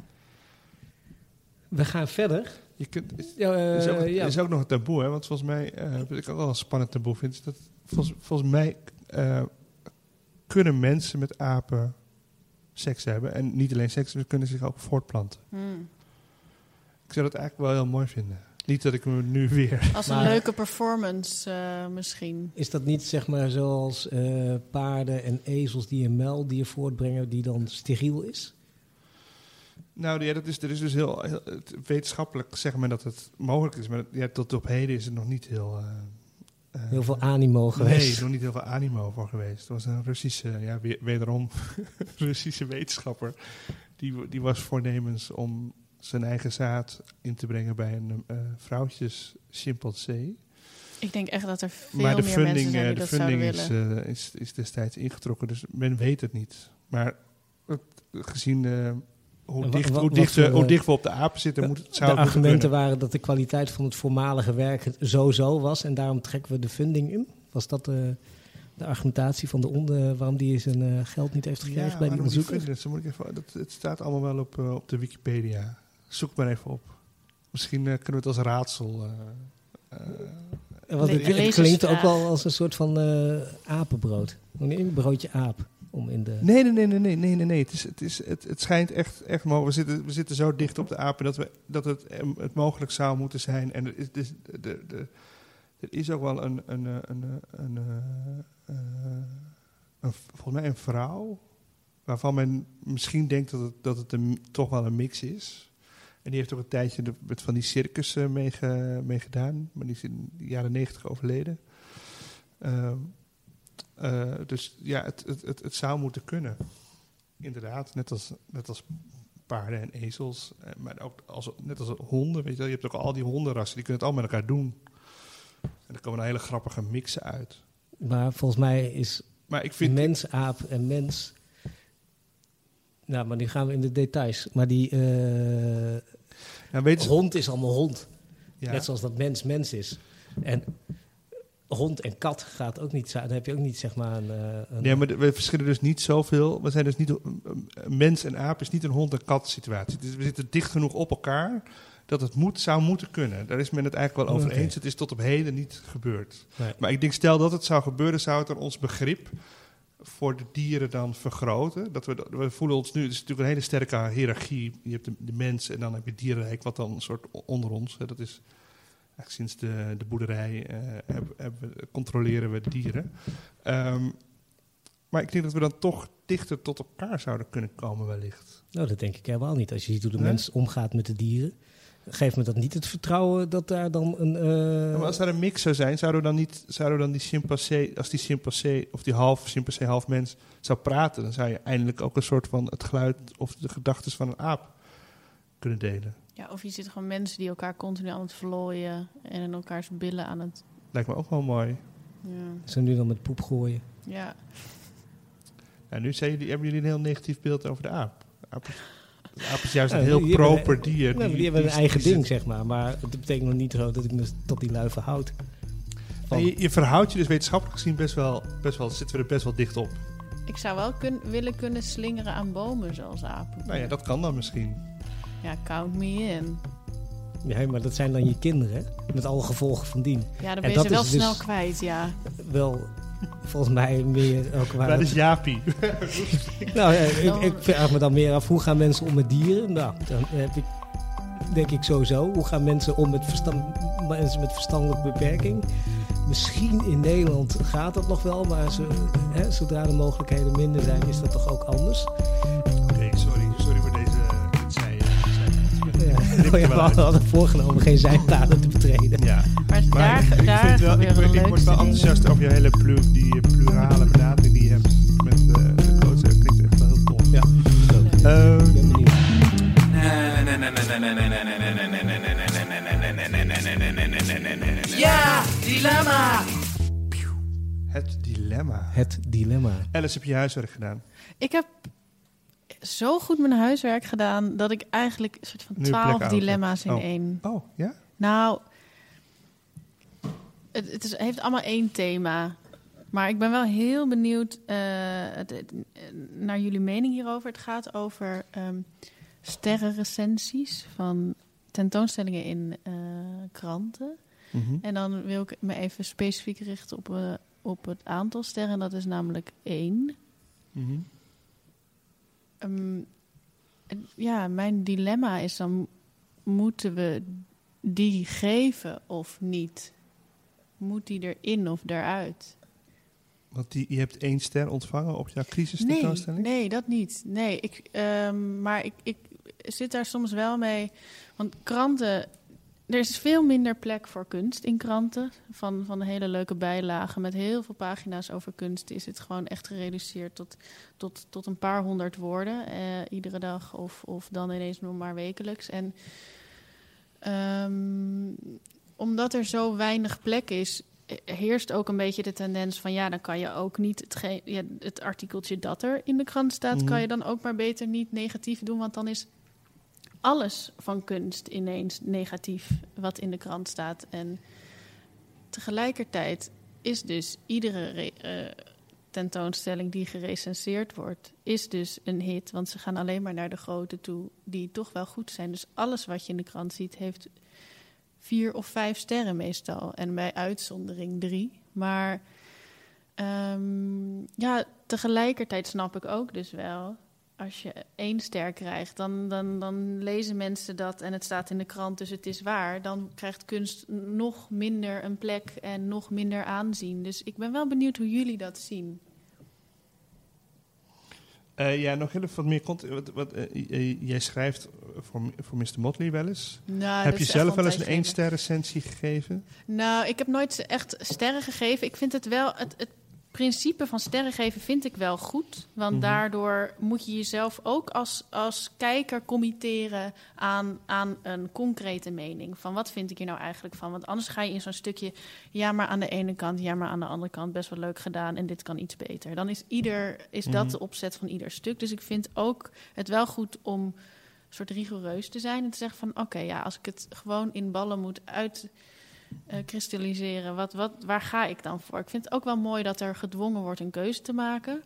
We gaan verder. Je kunt, is, Ja, eh, is, ook, ja. is ook nog een taboe, hè? Want volgens mij, eh, wat ik ook wel een spannend taboe vind, is dat volgens, volgens mij eh, kunnen mensen met apen seks hebben. En niet alleen seks, ze kunnen zich ook voortplanten. hmm. Ik zou dat eigenlijk wel heel mooi vinden. Niet dat ik me nu weer... als een Maar- leuke performance eh, misschien. Is dat niet zeg maar zoals eh, paarden en ezels die een muildier voortbrengen die dan steriel is? Nou ja, dat is, er is dus heel, heel het, wetenschappelijk zeg maar dat het mogelijk is. Maar dat- ja, tot op heden is het nog niet heel... eh, eh, Heel veel animo Nee, geweest. nog niet heel veel animo voor geweest. Er was een Russische, ja, weer, wederom Russische wetenschapper. Die, die was voornemens om zijn eigen zaad in te brengen bij een uh, vrouwtjes chimpansee. Ik denk echt dat er veel Maar de meer funding, mensen zijn die eh, de dat zouden funding willen. is, uh, is, is destijds ingetrokken, dus men weet het niet. Maar het, gezien uh, hoe, En wa- dicht, wa- hoe, wat dicht, voor, uh, hoe uh, dicht we op de apen zitten, moet, het- zou De het moeten argumenten kunnen. waren dat de kwaliteit van het voormalige werk zo zo was en daarom trekken we de funding in. Was dat uh, de argumentatie van de onder, waarom die zijn uh, geld niet heeft gekregen Ja, bij die waarom onderzoekers? funding? Dat moet ik even, dat, het staat allemaal wel op, uh, op de Wikipedia. Zoek maar even op. Misschien uh, kunnen we het als raadsel... Uh, uh, En wat Le- het, het klinkt lezersvraag. ook wel als een soort van uh, apenbrood. Nee, een broodje aap. Om in de... Nee, nee, nee, nee, nee, nee, nee, nee. Het, is, het, is, het, het schijnt echt, echt mogelijk. We zitten, we zitten zo dicht op de apen dat, we, dat het, um, het mogelijk zou moeten zijn. En er is, dus, de, de, er is ook wel een, een, een, een, een, uh, een, volgens mij een vrouw, waarvan men misschien denkt dat het, dat het een, toch wel een mix is. En die heeft ook een tijdje de, met van die circus uh, mee, ge, mee gedaan. Maar die is in de jaren negentig overleden. Uh, uh, dus ja, het, het, het, het zou moeten kunnen. Inderdaad, net als, net als paarden en ezels. Uh, maar ook als, net als honden. Weet je wel, je hebt ook al die hondenrassen, die kunnen het allemaal met elkaar doen. En er komen een hele grappige mixen uit. Maar volgens mij is Maar ik vind... mens, aap en mens... Nou, maar nu gaan we in de details. Maar die uh, nou, weet je, hond is allemaal hond. ja. Net zoals dat mens mens is. En hond en kat gaat ook niet... Dan heb je ook niet, zeg maar, een... een Nee, maar de, we verschillen dus niet zoveel. We zijn dus niet... Mens en aap is niet een hond- en kat situatie. Dus we zitten dicht genoeg op elkaar dat het moet, zou moeten kunnen. Daar is men het eigenlijk wel over Okay. eens. Het is tot op heden niet gebeurd. Nee. Maar ik denk, stel dat het zou gebeuren, zou het dan ons begrip voor de dieren dan vergroten. Dat we, we voelen ons nu, het is natuurlijk een hele sterke hiërarchie. Je hebt de, de mens en dan heb je het dierenrijk, wat dan een soort onder ons. Hè, dat is eigenlijk sinds de, de boerderij uh, hebben, hebben, controleren we de dieren. Um, maar ik denk dat we dan toch dichter tot elkaar zouden kunnen komen wellicht. Nou, dat denk ik helemaal niet. Als je ziet hoe de Nee? mens omgaat met de dieren... geeft me dat niet het vertrouwen dat daar dan een... Uh... Ja, maar als daar een mix zou zijn, zouden we dan niet, zouden we dan die chimpansee, als die chimpansee of die half chimpansee, half mens zou praten, dan zou je eindelijk ook een soort van het geluid of de gedachten van een aap kunnen delen. Ja, of je ziet gewoon mensen die elkaar continu aan het vlooien en in elkaars billen aan het... Lijkt me ook wel mooi. Ja. Zo nu dan met poep gooien. Ja. Ja, nu zijn jullie, hebben jullie een heel negatief beeld over de aap. De aap, de aap is juist een Ja, heel die hebben- proper dier. Nou, die, die hebben een die- eigen die ding, zit- zeg maar. Maar het betekent nog niet zo dat ik me tot die lui verhoud. Van, Nee, je, je verhoudt je dus wetenschappelijk gezien best wel, best wel, zitten we er best wel dicht op. Ik zou wel kun, willen kunnen slingeren aan bomen zoals apen. Nou ja, dat kan dan misschien. Ja, count me in. ja, maar dat zijn dan je kinderen, hè? Met alle gevolgen van dien. Ja, dan En ben je dat ze wel is dus- snel kwijt, ja. Wel, volgens mij meer ook waar... Dat het- is Jaapie. Nou, ja, ik, ik vraag me dan meer af, hoe gaan mensen om met dieren? Nou, dan heb ik, denk ik sowieso. Hoe gaan mensen om met, verstand, mensen met verstandelijke beperking? Misschien in Nederland gaat dat nog wel, maar zo, hè, zodra de mogelijkheden minder zijn, is dat toch ook anders? Oké, sorry. Sorry voor deze... dit zei, zei, Ja, knip er we wel uit. hadden voorgenomen geen zijpaden te betreden. Ja. Maar, Maar daar, ik, ik, daar vind wel, ik, gebeuren ik de word wel leukste enthousiast dingen. over je hele plu- die plurale benadering die je hebt met uh, de coach. Dat klinkt echt wel heel tof. Ja, Ehm, ik ben benieuwd. Ja, dilemma. het dilemma. Het dilemma. Alice, heb je je huiswerk gedaan? Ik heb zo goed mijn huiswerk gedaan dat ik eigenlijk een soort van Nu een twaalf plek dilemma's in Oh. één. Oh, ja? Nou, het, het is, heeft allemaal één thema. Maar ik ben wel heel benieuwd uh, het, het, naar jullie mening hierover. Het gaat over um, sterrenrecensies van tentoonstellingen in uh, kranten. Mm-hmm. En dan wil ik me even specifiek richten op, uh, op het aantal sterren. Dat is namelijk één. Mm-hmm. Um, ja, mijn dilemma is dan, moeten we die geven of niet? Moet die erin of eruit? Want die, je hebt één ster ontvangen op jouw Nee, crisistentoonstelling? nee, dat niet. Nee, ik, um, maar ik, ik zit daar soms wel mee. Want kranten, er is veel minder plek voor kunst in kranten. Van, van hele leuke bijlagen met heel veel pagina's over kunst is het gewoon echt gereduceerd tot, tot, tot een paar honderd woorden. Uh, iedere dag of, of dan ineens nog maar wekelijks. En um, omdat er zo weinig plek is, heerst ook een beetje de tendens van ja, dan kan je ook niet het, ge- ja, het artikeltje dat er in de krant staat, Mm. kan je dan ook maar beter niet negatief doen, want dan is alles van kunst ineens negatief wat in de krant staat. En tegelijkertijd is dus iedere re- uh, tentoonstelling die gerecenseerd wordt, is dus een hit, want ze gaan alleen maar naar de grote toe die toch wel goed zijn. Dus alles wat je in de krant ziet heeft vier of vijf sterren meestal. En bij uitzondering drie. Maar um, ja, tegelijkertijd snap ik ook dus wel, als je één ster krijgt, dan, dan, dan lezen mensen dat en het staat in de krant, dus het is waar. Dan krijgt kunst nog minder een plek en nog minder aanzien. Dus ik ben wel benieuwd hoe jullie dat zien. Uh, ja, nog heel even wat meer content. Wat, wat, uh, jij schrijft voor, voor mister Motley wel eens. Nou, heb dat je is echt zelf wel eens een tijdje één ster recensie gegeven? Nou, ik heb nooit echt sterren gegeven. Ik vind het wel, het, het principe van sterren geven vind ik wel goed. Want Mhm. daardoor moet je jezelf ook als, als kijker committeren aan, aan een concrete mening. Van wat vind ik hier nou eigenlijk van? Want anders ga je in zo'n stukje, ja, maar aan de ene kant, ja, maar aan de andere kant best wel leuk gedaan en dit kan iets beter. Dan is, ieder, is dat Mhm. de opzet van ieder stuk. Dus ik vind ook het wel goed om een soort rigoureus te zijn en te zeggen van oké, okay, ja, als ik het gewoon in ballen moet uit Uh, kristalliseren, wat, wat, waar ga ik dan voor? Ik vind het ook wel mooi dat er gedwongen wordt een keuze te maken.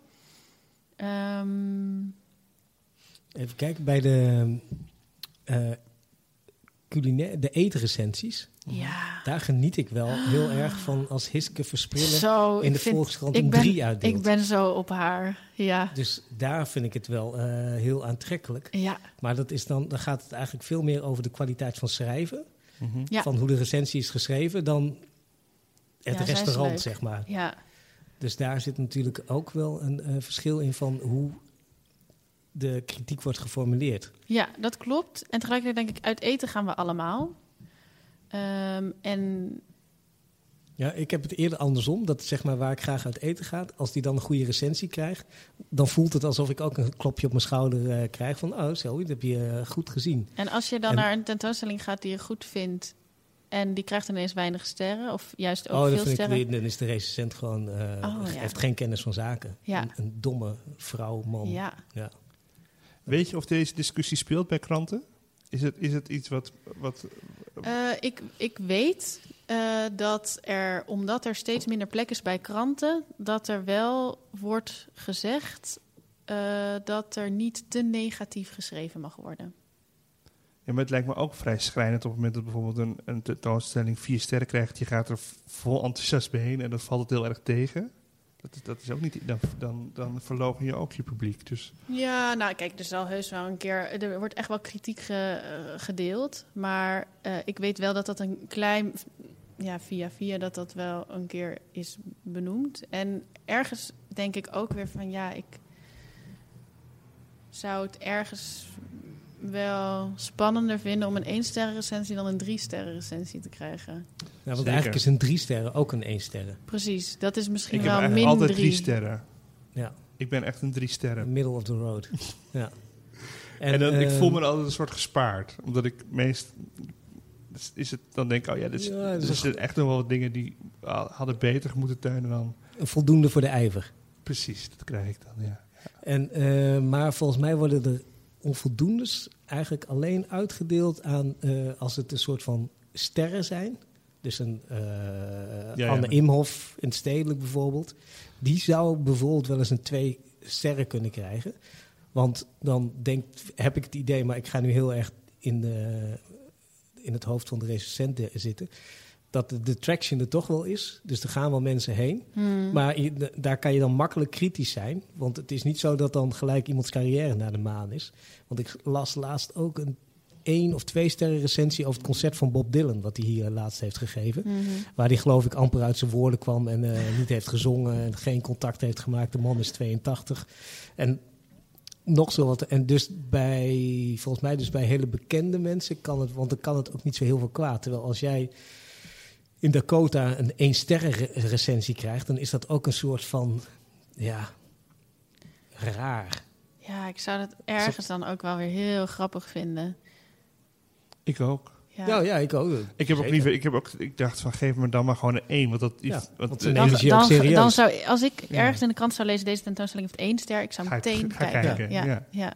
Um, Even kijken, bij de uh, culinaire, de eetrecensies. ja. Daar geniet ik wel heel erg van als Hiske Versprillen Zo, in de vind, Volkskrant ik een ben, drie uitdeelt. Ik ben zo op haar, ja. Dus daar vind ik het wel uh, heel aantrekkelijk. Ja. Maar dat is dan, dan gaat het eigenlijk veel meer over de kwaliteit van schrijven. Mm-hmm. Ja. Van hoe de recensie is geschreven dan het Ja, restaurant, zeg maar. Ja. Dus daar zit natuurlijk ook wel een uh, verschil in van hoe de kritiek wordt geformuleerd. Ja, dat klopt. En tegelijkertijd denk ik, uit eten gaan we allemaal. Um, en Ja, ik heb het eerder andersom. Dat zeg maar waar ik graag uit eten ga. Als die dan een goede recensie krijgt, dan voelt het alsof ik ook een klopje op mijn schouder uh, krijg. Van, oh, zo, dat heb je uh, goed gezien. En als je dan en, naar een tentoonstelling gaat die je goed vindt en die krijgt ineens weinig sterren, of juist ook oh, veel dan vind sterren. Ik, dan is de recensent gewoon, uh, oh, ja. heeft geen kennis van zaken. Ja. Een, een domme vrouw, man. Ja. Ja. Weet je of deze discussie speelt bij kranten? Is het, is het iets wat... wat uh, ik, ik weet uh, dat er, omdat er steeds minder plek is bij kranten, dat er wel wordt gezegd uh, dat er niet te negatief geschreven mag worden. Ja, maar het lijkt me ook vrij schrijnend op het moment dat bijvoorbeeld een, een tentoonstelling vier sterren krijgt. Je gaat er vol enthousiasme heen en dan valt het heel erg tegen. Dat is, dat is ook niet... Dan, dan, dan verloochen je ook je publiek. Dus. Ja, nou kijk, er zal heus wel een keer... Er wordt echt wel kritiek ge, uh, gedeeld. Maar uh, ik weet wel dat dat een klein... Ja, via via dat dat wel een keer is benoemd. En ergens denk ik ook weer van... Ja, ik zou het ergens wel spannender vinden om een één-sterren recensie dan een drie-sterren recensie te krijgen. Ja, want Zeker. eigenlijk is een drie sterren ook een één sterren. Precies, dat is misschien ik wel heb min altijd drie. drie sterren. Ja. Ik ben echt een drie sterren. Middle of the road. Ja. En, en dan, uh, ik voel me altijd een soort gespaard. Omdat ik meest... Is het, dan denk ik, oh ja, dit is, ja, er zitten echt nog wel wat dingen die hadden beter moeten tuinen dan... Voldoende voor de ijver. Precies, dat krijg ik dan, ja. En, uh, maar volgens mij worden er onvoldoendes eigenlijk alleen uitgedeeld aan uh, als het een soort van sterren zijn. Dus een uh, ja, Anne ja, Imhoff in het Stedelijk bijvoorbeeld. Die zou bijvoorbeeld wel eens een twee sterren kunnen krijgen. Want dan denk, heb ik het idee, maar ik ga nu heel erg in, de, in het hoofd van de recensent zitten, dat de, de traction er toch wel is. Dus er gaan wel mensen heen. Hmm. Maar je, daar kan je dan makkelijk kritisch zijn. Want het is niet zo dat dan gelijk iemands carrière naar de maan is. Want ik las laatst ook een één of twee sterren recensie over het concert van Bob Dylan, wat hij hier laatst heeft gegeven. Mm-hmm. Waar hij geloof ik amper uit zijn woorden kwam en uh, niet heeft gezongen en geen contact heeft gemaakt. De man is tweeëntachtig. En nog zo wat. En dus bij, volgens mij dus bij hele bekende mensen kan het, want dan kan het ook niet zo heel veel kwaad. Terwijl als jij in Dakota een één sterren re- recensie krijgt, dan is dat ook een soort van, ja, raar. Ja, ik zou dat ergens dan ook wel weer heel grappig vinden. Ik ook. Ja, ja, ja ik ook. Ik heb ook liever, ik heb ook, ik dacht van geef me dan maar gewoon een één, want dat is. Ja, wat, dan, dan, dan, serieus. dan zou, als ik ja. ergens in de krant zou lezen deze tentoonstelling heeft één ster, ik zou ga meteen ik, ga kijken. kijken. Ja, ja. ja.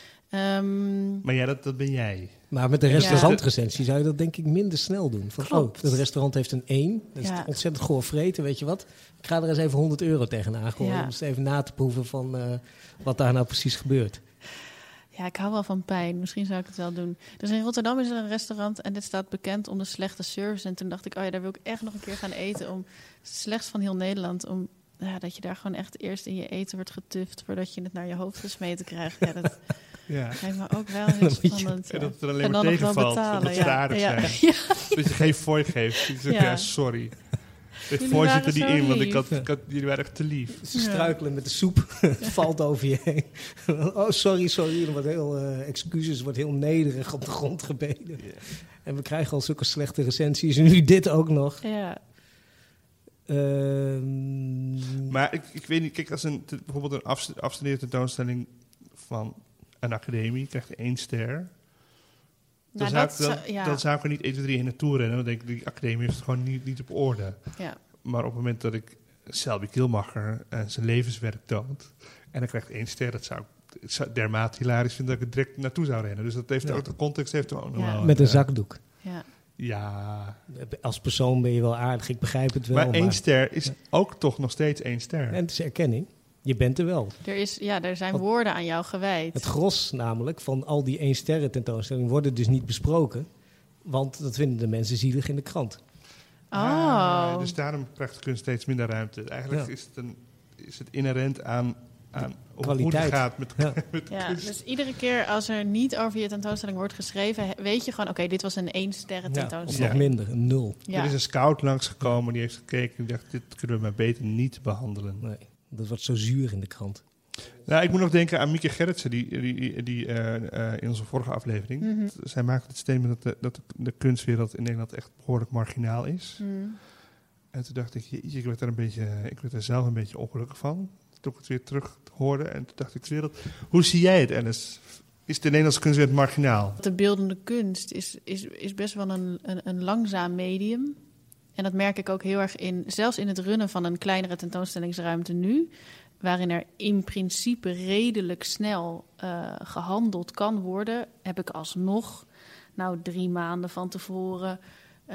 Um, maar ja, dat, dat ben jij. Maar met de restaurantrecensie zou je dat denk ik minder snel doen. Van, oh, het restaurant heeft een één. Dat is ja. ontzettend goor vreten, weet je wat? Ik ga er eens even honderd euro tegenaan gooien. Ja. Om eens even na te proeven van uh, wat daar nou precies gebeurt. Ja, ik hou wel van pijn. Misschien zou ik het wel doen. Dus in Rotterdam is er een restaurant en dit staat bekend om de slechte service. En toen dacht ik, oh ja, daar wil ik echt nog een keer gaan eten. Om het slechtst van heel Nederland. Om ja, dat je daar gewoon echt eerst in je eten wordt getuft voordat je het naar je hoofd gesmeten krijgt. Ja, dat ja. lijkt me ook wel heel spannend. En dat het er alleen maar tegenvalt. Dat ze aardig ja. zijn. Ja. Dat je geen fooi geeft. Je zegt, ja. ja, sorry. Dit fooi zit er niet in, want ik had, ik had, jullie waren echt te lief. Ze struikelen ja. met de soep. Het valt over je heen. Oh, sorry, sorry. Er wordt heel, uh, excuses, wordt heel nederig op de grond gebeden. Yeah. En we krijgen al zulke slechte recensies. En nu dit ook nog. Ja. Uh, maar ik, ik weet niet, kijk, als een, te, bijvoorbeeld een afst- afstudeerde tentoonstelling van een academie krijgt één ster. Dan, nou, zou ik, dan, ja. dan zou ik er niet één, twee, drie in naartoe rennen. Dan denk ik, die academie heeft het gewoon niet, niet op orde. Ja. Maar op het moment dat ik Selby Kilmacher en zijn levenswerk toont en dan krijgt één ster, dat zou ik zou dermate hilarisch vinden dat ik er direct naartoe zou rennen. Dus dat heeft ja. ook de context heeft ook nog ja. wel. Met een zakdoek. Ja. Ja. Als persoon ben je wel aardig, ik begrijp het wel. Maar één maar... ster is ja. ook toch nog steeds één ster. En het is erkenning. Je bent er wel. Er, is, ja, er zijn Want woorden aan jou gewijd. Het gros namelijk van al die één sterren tentoonstellingen worden dus niet besproken. Want dat vinden de mensen zielig in de krant. Oh. Ah, dus daarom krijgt kunst steeds minder ruimte. Eigenlijk ja. is, het een, is het inherent aan, aan hoe het gaat met, ja. met ja, kunst. Dus iedere keer als er niet over je tentoonstelling wordt geschreven, weet je gewoon, oké, okay, dit was een één sterren tentoonstelling. Ja, of nog minder, een nul. Ja. Er is een scout langsgekomen, die heeft gekeken en dacht, dit kunnen we maar beter niet behandelen. Nee. Dat wordt zo zuur in de krant. Nou, ik moet nog denken aan Mieke Gerritsen, die, die, die, die uh, uh, in onze vorige aflevering. Mm-hmm. Zij maakte het statement dat de, dat de kunstwereld in Nederland echt behoorlijk marginaal is. Mm. En toen dacht ik, jeetje, ik werd daar een beetje, ik werd er zelf een beetje ongelukkig van. Toen ik het weer terug hoorde en toen dacht ik, wereld, hoe zie jij het, Alice? Is de Nederlandse kunstwereld marginaal? De beeldende kunst is, is, is best wel een, een, een langzaam medium. En dat merk ik ook heel erg in, zelfs in het runnen van een kleinere tentoonstellingsruimte nu, waarin er in principe redelijk snel uh, gehandeld kan worden, heb ik alsnog nou drie maanden van tevoren uh,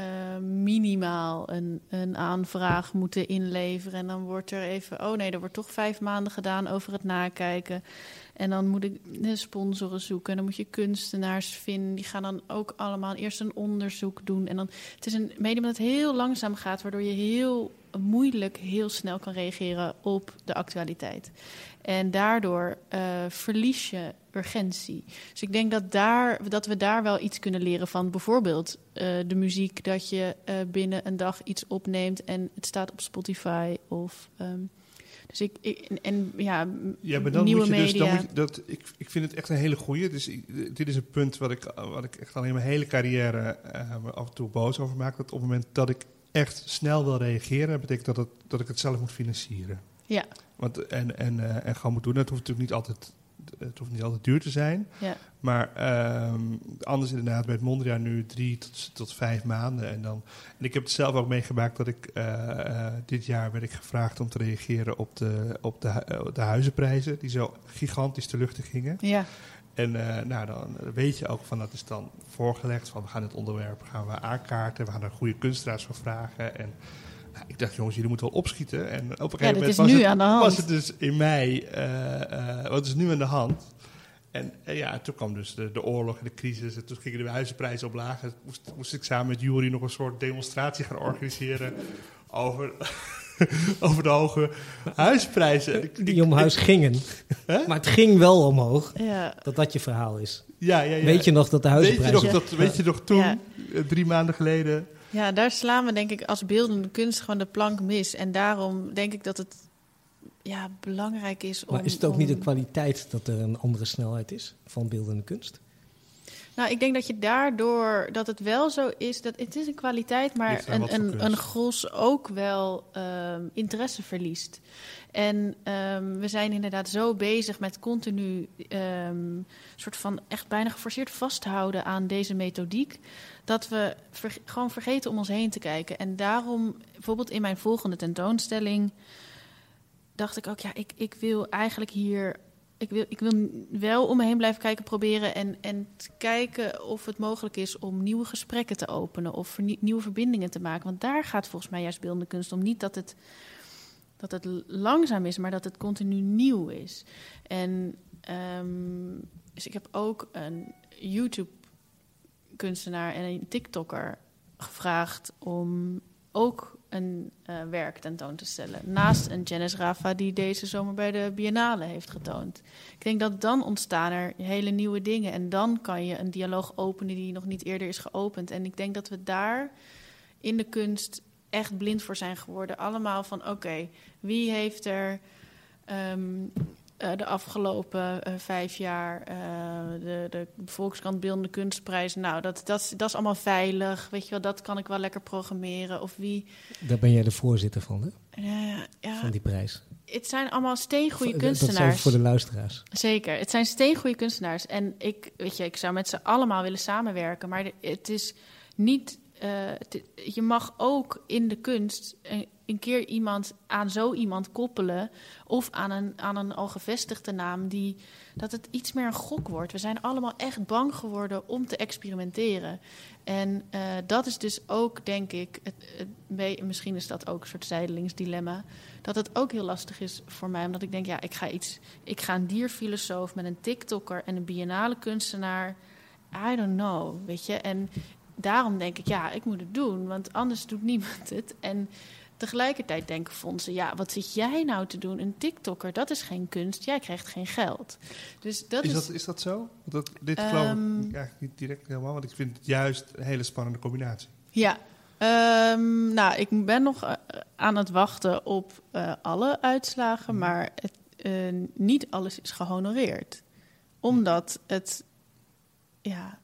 minimaal een, een aanvraag moeten inleveren. En dan wordt er even, oh nee, er wordt toch vijf maanden gedaan over het nakijken. En dan moet ik de sponsoren zoeken. En dan moet je kunstenaars vinden. Die gaan dan ook allemaal eerst een onderzoek doen. En dan, het is een medium dat heel langzaam gaat, waardoor je heel moeilijk heel snel kan reageren op de actualiteit. En daardoor uh, verlies je urgentie. Dus ik denk dat, daar, dat we daar wel iets kunnen leren van. Bijvoorbeeld uh, de muziek, dat je uh, binnen een dag iets opneemt en het staat op Spotify of... Um, Dus ik, ik en, en ja, ja, maar dan nieuwe moet je media. Dus, dan moet je, dat, ik, ik vind het echt een hele goeie. Dus ik, dit is een punt wat ik, wat ik echt al in mijn hele carrière uh, af en toe boos over maak. Dat op het moment dat ik echt snel wil reageren, betekent dat, het, dat ik het zelf moet financieren. Ja. Want, en, en, uh, en gewoon moet doen. Dat hoeft natuurlijk niet altijd het hoeft niet altijd duur te zijn. Ja. Maar um, anders inderdaad bij het Mondriaan nu drie tot, tot vijf maanden. En, dan, en ik heb het zelf ook meegemaakt dat ik... Uh, uh, dit jaar werd ik gevraagd om te reageren op de, op de, uh, de huizenprijzen. Die zo gigantisch te luchten gingen. Ja. En uh, nou, dan weet je ook van, dat is dan voorgelegd van, we gaan het onderwerp gaan we aankaarten. We gaan er goede kunstenaars voor vragen. En nou, ik dacht, jongens, jullie moeten wel opschieten. En op een gegeven ja, moment is was, nu het, aan de hand. was het dus in mei, uh, uh, wat is nu aan de hand? En uh, ja, toen kwam dus de, de oorlog en de crisis. En toen gingen de huizenprijzen omlaag. En moest, moest ik samen met Jury nog een soort demonstratie gaan organiseren over... over de hoge huisprijzen. Die omhuis gingen. Hè? Maar het ging wel omhoog. Ja. Dat dat je verhaal is. Ja, ja, ja. Weet je nog dat de huizenprijzen... Weet je nog, dat, weet je nog toen, Ja. drie maanden geleden... Ja, daar slaan we denk ik als beeldende kunst gewoon de plank mis. En daarom denk ik dat het ja, belangrijk is om... Maar is het ook om... niet de kwaliteit dat er een andere snelheid is van beeldende kunst? Nou, ik denk dat je daardoor, dat het wel zo is, dat het is een kwaliteit, maar Ligt aan wat een, voor een, kunst. een gros ook wel um, interesse verliest. En um, we zijn inderdaad zo bezig met continu um, soort van echt bijna geforceerd vasthouden aan deze methodiek, dat we ver, gewoon vergeten om ons heen te kijken. En daarom, bijvoorbeeld in mijn volgende tentoonstelling, dacht ik ook, ja, ik, ik wil eigenlijk hier... Ik wil, ik wil wel om me heen blijven kijken, proberen en, en te kijken of het mogelijk is om nieuwe gesprekken te openen of vernie- nieuwe verbindingen te maken. Want daar gaat volgens mij juist beeldende kunst om. Niet dat het, dat het langzaam is, maar dat het continu nieuw is. En um, dus ik heb ook een YouTube-kunstenaar en een TikToker gevraagd om ook een uh, werk tentoon te stellen. Naast een Janice Rafa die deze zomer bij de Biennale heeft getoond. Ik denk dat dan ontstaan er hele nieuwe dingen. En dan kan je een dialoog openen die nog niet eerder is geopend. En ik denk dat we daar in de kunst echt blind voor zijn geworden. Allemaal van oké, okay, wie heeft er um, uh, de afgelopen uh, vijf jaar uh, de, de Volkskrant Beeldende Kunstprijs. Nou, dat, dat, dat is allemaal veilig. Weet je wel, dat kan ik wel lekker programmeren. Of wie... Daar ben jij de voorzitter van, hè? Uh, ja, van die prijs. Het zijn allemaal steengoede Dat kunstenaars. is voor de luisteraars. Zeker, het zijn steengoede kunstenaars. En ik, weet je, ik zou met ze allemaal willen samenwerken. Maar de, het is niet... Uh, het, je mag ook in de kunst een, een keer iemand aan zo iemand koppelen, of aan een, aan een al gevestigde naam, die, dat het iets meer een gok wordt. We zijn allemaal echt bang geworden om te experimenteren. En uh, dat is dus ook, denk ik, het, het, misschien is dat ook een soort zijdelingsdilemma, dat het ook heel lastig is voor mij, omdat ik denk, ja, ik ga iets, ik ga een dierfilosoof met een TikToker en een biennale kunstenaar, I don't know, weet je. En daarom denk ik, ja, ik moet het doen, want anders doet niemand het. En tegelijkertijd denken fondsen, ja, wat zit jij nou te doen? Een TikToker, dat is geen kunst, jij krijgt geen geld. Dus dat is, is, dat, is dat zo? Dat, dit um, geloof ik eigenlijk niet direct helemaal, want ik vind het juist een hele spannende combinatie. Ja, um, nou, ik ben nog uh, aan het wachten op uh, alle uitslagen, hmm. maar het, uh, niet alles is gehonoreerd. Omdat het, ja...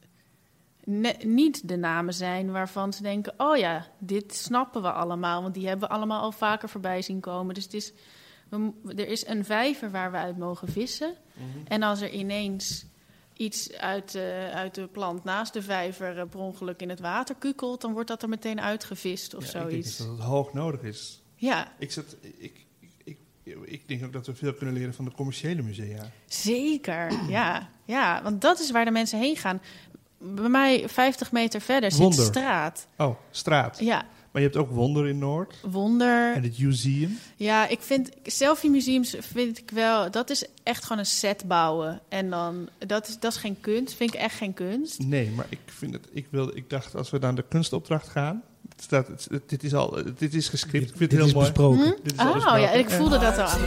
Ne- niet de namen zijn waarvan ze denken, oh ja, dit snappen we allemaal, want die hebben we allemaal al vaker voorbij zien komen. Dus het is, we, er is een vijver waar we uit mogen vissen. Mm-hmm. En als er ineens iets uit, uh, uit de plant naast de vijver uh, per ongeluk in het water kukelt, dan wordt dat er meteen uitgevist of ja, zoiets. Ik denk dat het hoog nodig is. Ja. Ik, zat, ik, ik, ik, ik denk ook dat we veel kunnen leren van de commerciële musea. Zeker, ja. Ja, want dat is waar de mensen heen gaan. Bij mij vijftig meter verder zit Wonder. straat. Oh, straat. Ja. Maar je hebt ook Wonder in Noord. Wonder. En het museum. Ja, ik vind selfie museums vind ik wel, dat is echt gewoon een set bouwen. En dan, dat is, dat is geen kunst, vind ik echt geen kunst. Nee, maar ik vind het, ik wilde, ik dacht als we naar de kunstopdracht gaan, het staat, het, het, dit is al, dit is gescript. Ik vind het dit heel is mooi. besproken. Hm? Dit is oh besproken. ja, ik voelde dat al aan.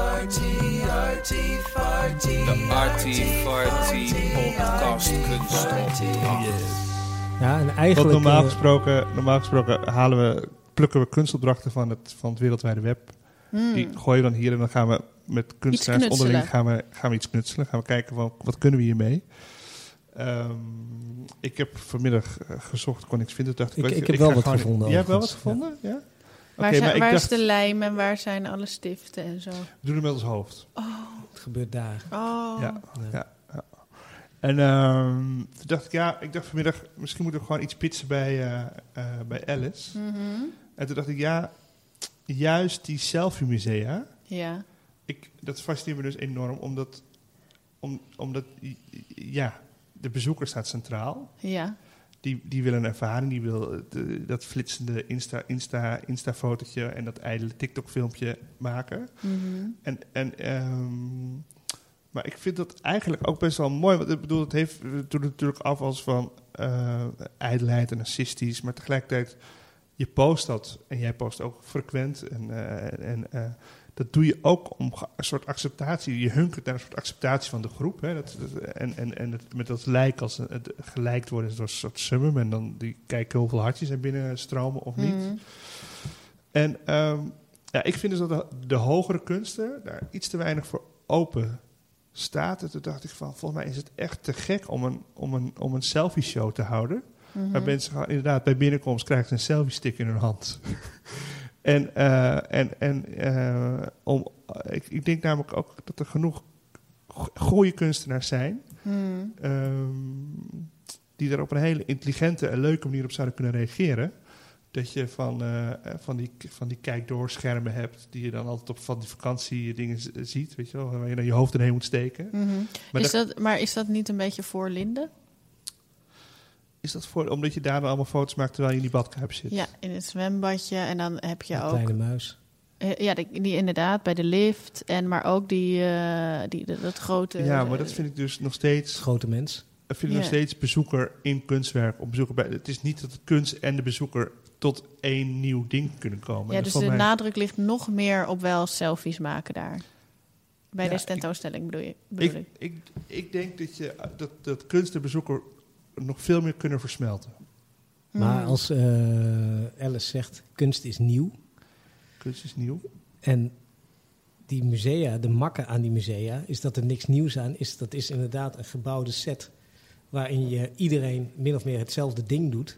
De Artifarty podcast kunstopdracht. Ja, en Want eigenlijk... normaal uh, gesproken, normaal gesproken halen we, plukken we kunstopdrachten van het, van het wereldwijde web. Hmm. Die gooien we dan hier en dan gaan we met kunstenaars Iets onderling knutselen. gaan we, gaan we iets knutselen. Gaan we kijken van wat kunnen we hiermee. Um, ik heb vanmiddag uh, gezocht, kon niks vinden. Dacht ik, Ik- weet je, ik heb ik wel ga wat gewoon- gevonden Jij hebt wel wat overigens, gevonden? Ja. Waar, Oké, zijn, maar ik waar dacht, is de lijm en waar zijn alle stiften en zo? we doen het met ons hoofd. Oh, Het gebeurt daar. Oh. Ja, Ja. ja, ja. En ehm, toen dacht ik, ja, ik dacht vanmiddag, misschien moeten we gewoon iets pitchen bij, uh, uh, bij Alice. Mhm. En toen dacht ik, ja, juist die selfie-musea, Ja. ik, dat fascineert me dus enorm, omdat, om, omdat ja, de bezoeker staat centraal. Ja. Die, die wil een ervaring, die wil de, dat flitsende Insta, Insta, Insta-fotootje en dat ijdele TikTok-filmpje maken. Mhm. En, en, um, maar ik vind dat eigenlijk ook best wel mooi. Want ik bedoel, het heeft toen natuurlijk af als van uh, ijdelheid en narcistisch. Maar tegelijkertijd, je post dat. En jij post ook frequent. En, uh, en uh, dat doe je ook om een soort acceptatie. Je hunkert naar een soort acceptatie van de groep. Hè. Dat, dat, en en, en het, met dat lijk, als het gelijkt worden door een soort summum. En dan die kijken hoeveel hartjes er binnen stromen of niet. Mhm. En um, ja, ik vind dus dat de, de hogere kunsten daar iets te weinig voor open staat. En toen dacht ik van, volgens mij is het echt te gek om een, om een, om een selfie show te houden. Mhm. Waar mensen gaan, inderdaad bij binnenkomst krijgen ze een selfie stick in hun hand. en uh, en, en uh, om, ik, ik denk namelijk ook dat er genoeg go- goede kunstenaars zijn. Mhm. Um, die daar op een hele intelligente en leuke manier op zouden kunnen reageren. Dat je van, uh, van, die, van die kijkdoorschermen hebt, die je dan altijd op van die vakantie dingen z- ziet, weet je wel, waar je dan je hoofd erheen moet steken. Mhm. Maar, Is dat, dat, maar is dat niet een beetje voor Linde? is dat voor, omdat je daar dan allemaal foto's maakt terwijl je in die badkuip zit? Ja, in het zwembadje. En dan heb je Een ook... kleine muis. Uh, ja, die, die inderdaad, bij de lift. En maar ook die, uh, die dat, dat grote... Ja, maar dat vind ik dus nog steeds, Grote mens. ik vind ik Ja. nog steeds bezoeker in kunstwerk. Op bezoeker bij, het is niet dat de kunst en de bezoeker tot één nieuw ding kunnen komen. Ja, En dus dat de valt mij- nadruk ligt nog meer op wel selfies maken daar. Bij Ja, deze tentoonstelling bedoel je? Bedoel Ik, ik. ik, ik denk dat, je, dat, dat kunst en bezoeker nog veel meer kunnen versmelten. Maar Hmm. als uh, Alice zegt, kunst is nieuw. Kunst is nieuw. En die musea, de makke aan die musea, is dat er niks nieuws aan is. Dat is inderdaad een gebouwde set waarin je iedereen min of meer hetzelfde ding doet.